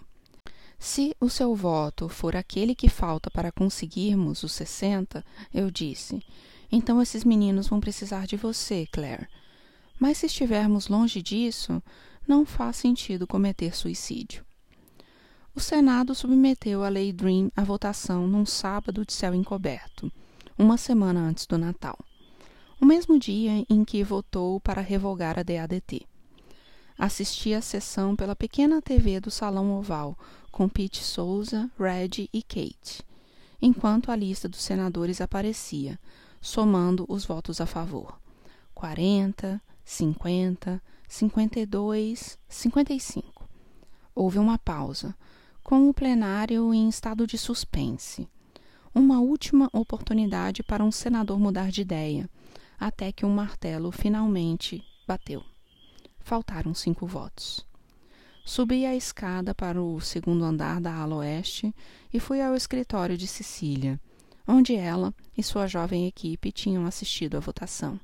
Se o seu voto for aquele que falta para conseguirmos os sessenta, eu disse, então esses meninos vão precisar de você, Claire. Mas se estivermos longe disso, não faz sentido cometer suicídio. O Senado submeteu a Lei Dream à votação num sábado de céu encoberto, uma semana antes do Natal, o mesmo dia em que votou para revogar a D A D T. Assisti à sessão pela pequena T V do Salão Oval, com Pete Souza, Red e Kate, enquanto a lista dos senadores aparecia, somando os votos a favor. quarenta, cinquenta, cinquenta e dois, cinquenta e cinco. Houve uma pausa, com o plenário em estado de suspense. Uma última oportunidade para um senador mudar de ideia, até que um martelo finalmente bateu. Faltaram cinco votos. Subi a escada para o segundo andar da ala oeste e fui ao escritório de Cecília, onde ela e sua jovem equipe tinham assistido à votação.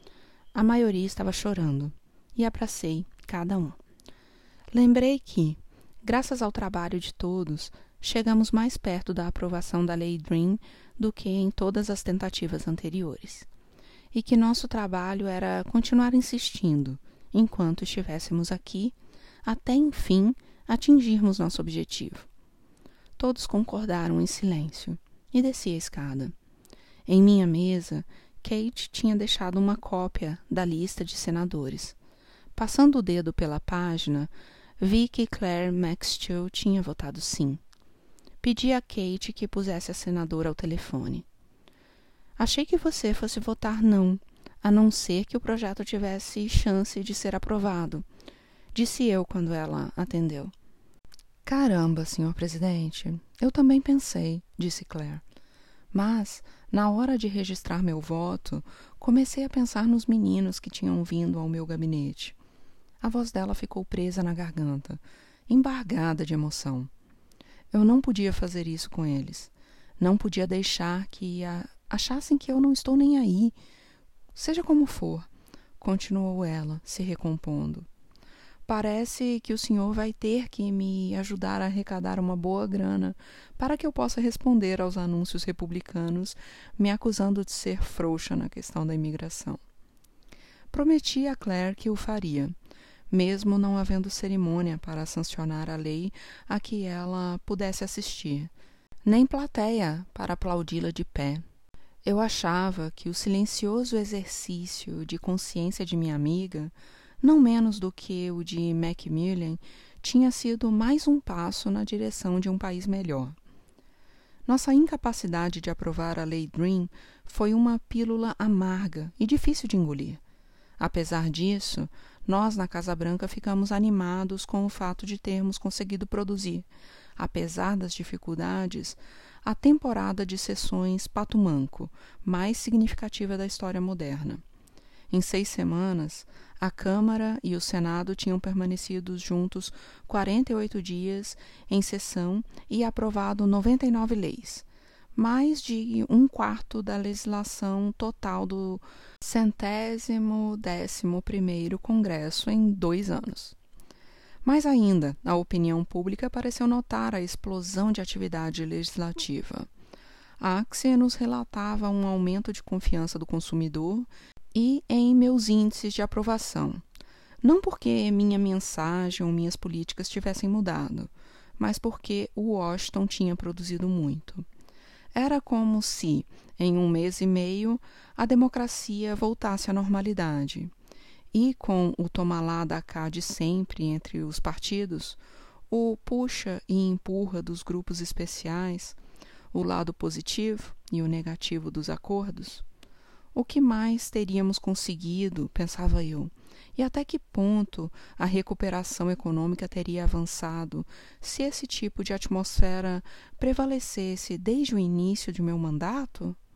A maioria estava chorando, e abracei cada um. Lembrei que, graças ao trabalho de todos, chegamos mais perto da aprovação da Lei Dream do que em todas as tentativas anteriores, e que nosso trabalho era continuar insistindo, enquanto estivéssemos aqui, até, enfim, atingirmos nosso objetivo. Todos concordaram em silêncio, e desci a escada. Em minha mesa, Kate tinha deixado uma cópia da lista de senadores. Passando o dedo pela página, vi que Claire Maxwell tinha votado sim. Pedi a Kate que pusesse a senadora ao telefone. Achei que você fosse votar não, a não ser que o projeto tivesse chance de ser aprovado, disse eu quando ela atendeu. Caramba, senhor presidente, eu também pensei, disse Claire. Mas, na hora de registrar meu voto, comecei a pensar nos meninos que tinham vindo ao meu gabinete. A voz dela ficou presa na garganta, embargada de emoção. Eu não podia fazer isso com eles. Não podia deixar que a... achassem que eu não estou nem aí. Seja como for, continuou ela, se recompondo. Parece que o senhor vai ter que me ajudar a arrecadar uma boa grana para que eu possa responder aos anúncios republicanos me acusando de ser frouxa na questão da imigração. Prometi a Claire que o faria, mesmo não havendo cerimônia para sancionar a lei a que ela pudesse assistir, nem plateia para aplaudi-la de pé. Eu achava que o silencioso exercício de consciência de minha amiga, não menos do que o de Macmillan, tinha sido mais um passo na direção de um país melhor. Nossa incapacidade de aprovar a Lei Dream foi uma pílula amarga e difícil de engolir. Apesar disso, nós na Casa Branca ficamos animados com o fato de termos conseguido produzir, apesar das dificuldades, a temporada de sessões Pato Manco, mais significativa da história moderna. Em seis semanas, a Câmara e o Senado tinham permanecido juntos quarenta e oito dias em sessão e aprovado noventa e nove leis, mais de um quarto da legislação total do centésimo décimo primeiro Congresso em dois anos. Mais ainda, a opinião pública pareceu notar a explosão de atividade legislativa. A Axie nos relatava um aumento de confiança do consumidor e em meus índices de aprovação. Não porque minha mensagem ou minhas políticas tivessem mudado, mas porque o Washington tinha produzido muito. Era como se, em um mês e meio, a democracia voltasse à normalidade. E com o tomar lá da cá de sempre entre os partidos, o puxa e empurra dos grupos especiais, o lado positivo e o negativo dos acordos, o que mais teríamos conseguido, pensava eu, e até que ponto a recuperação econômica teria avançado se esse tipo de atmosfera prevalecesse desde o início de meu mandato?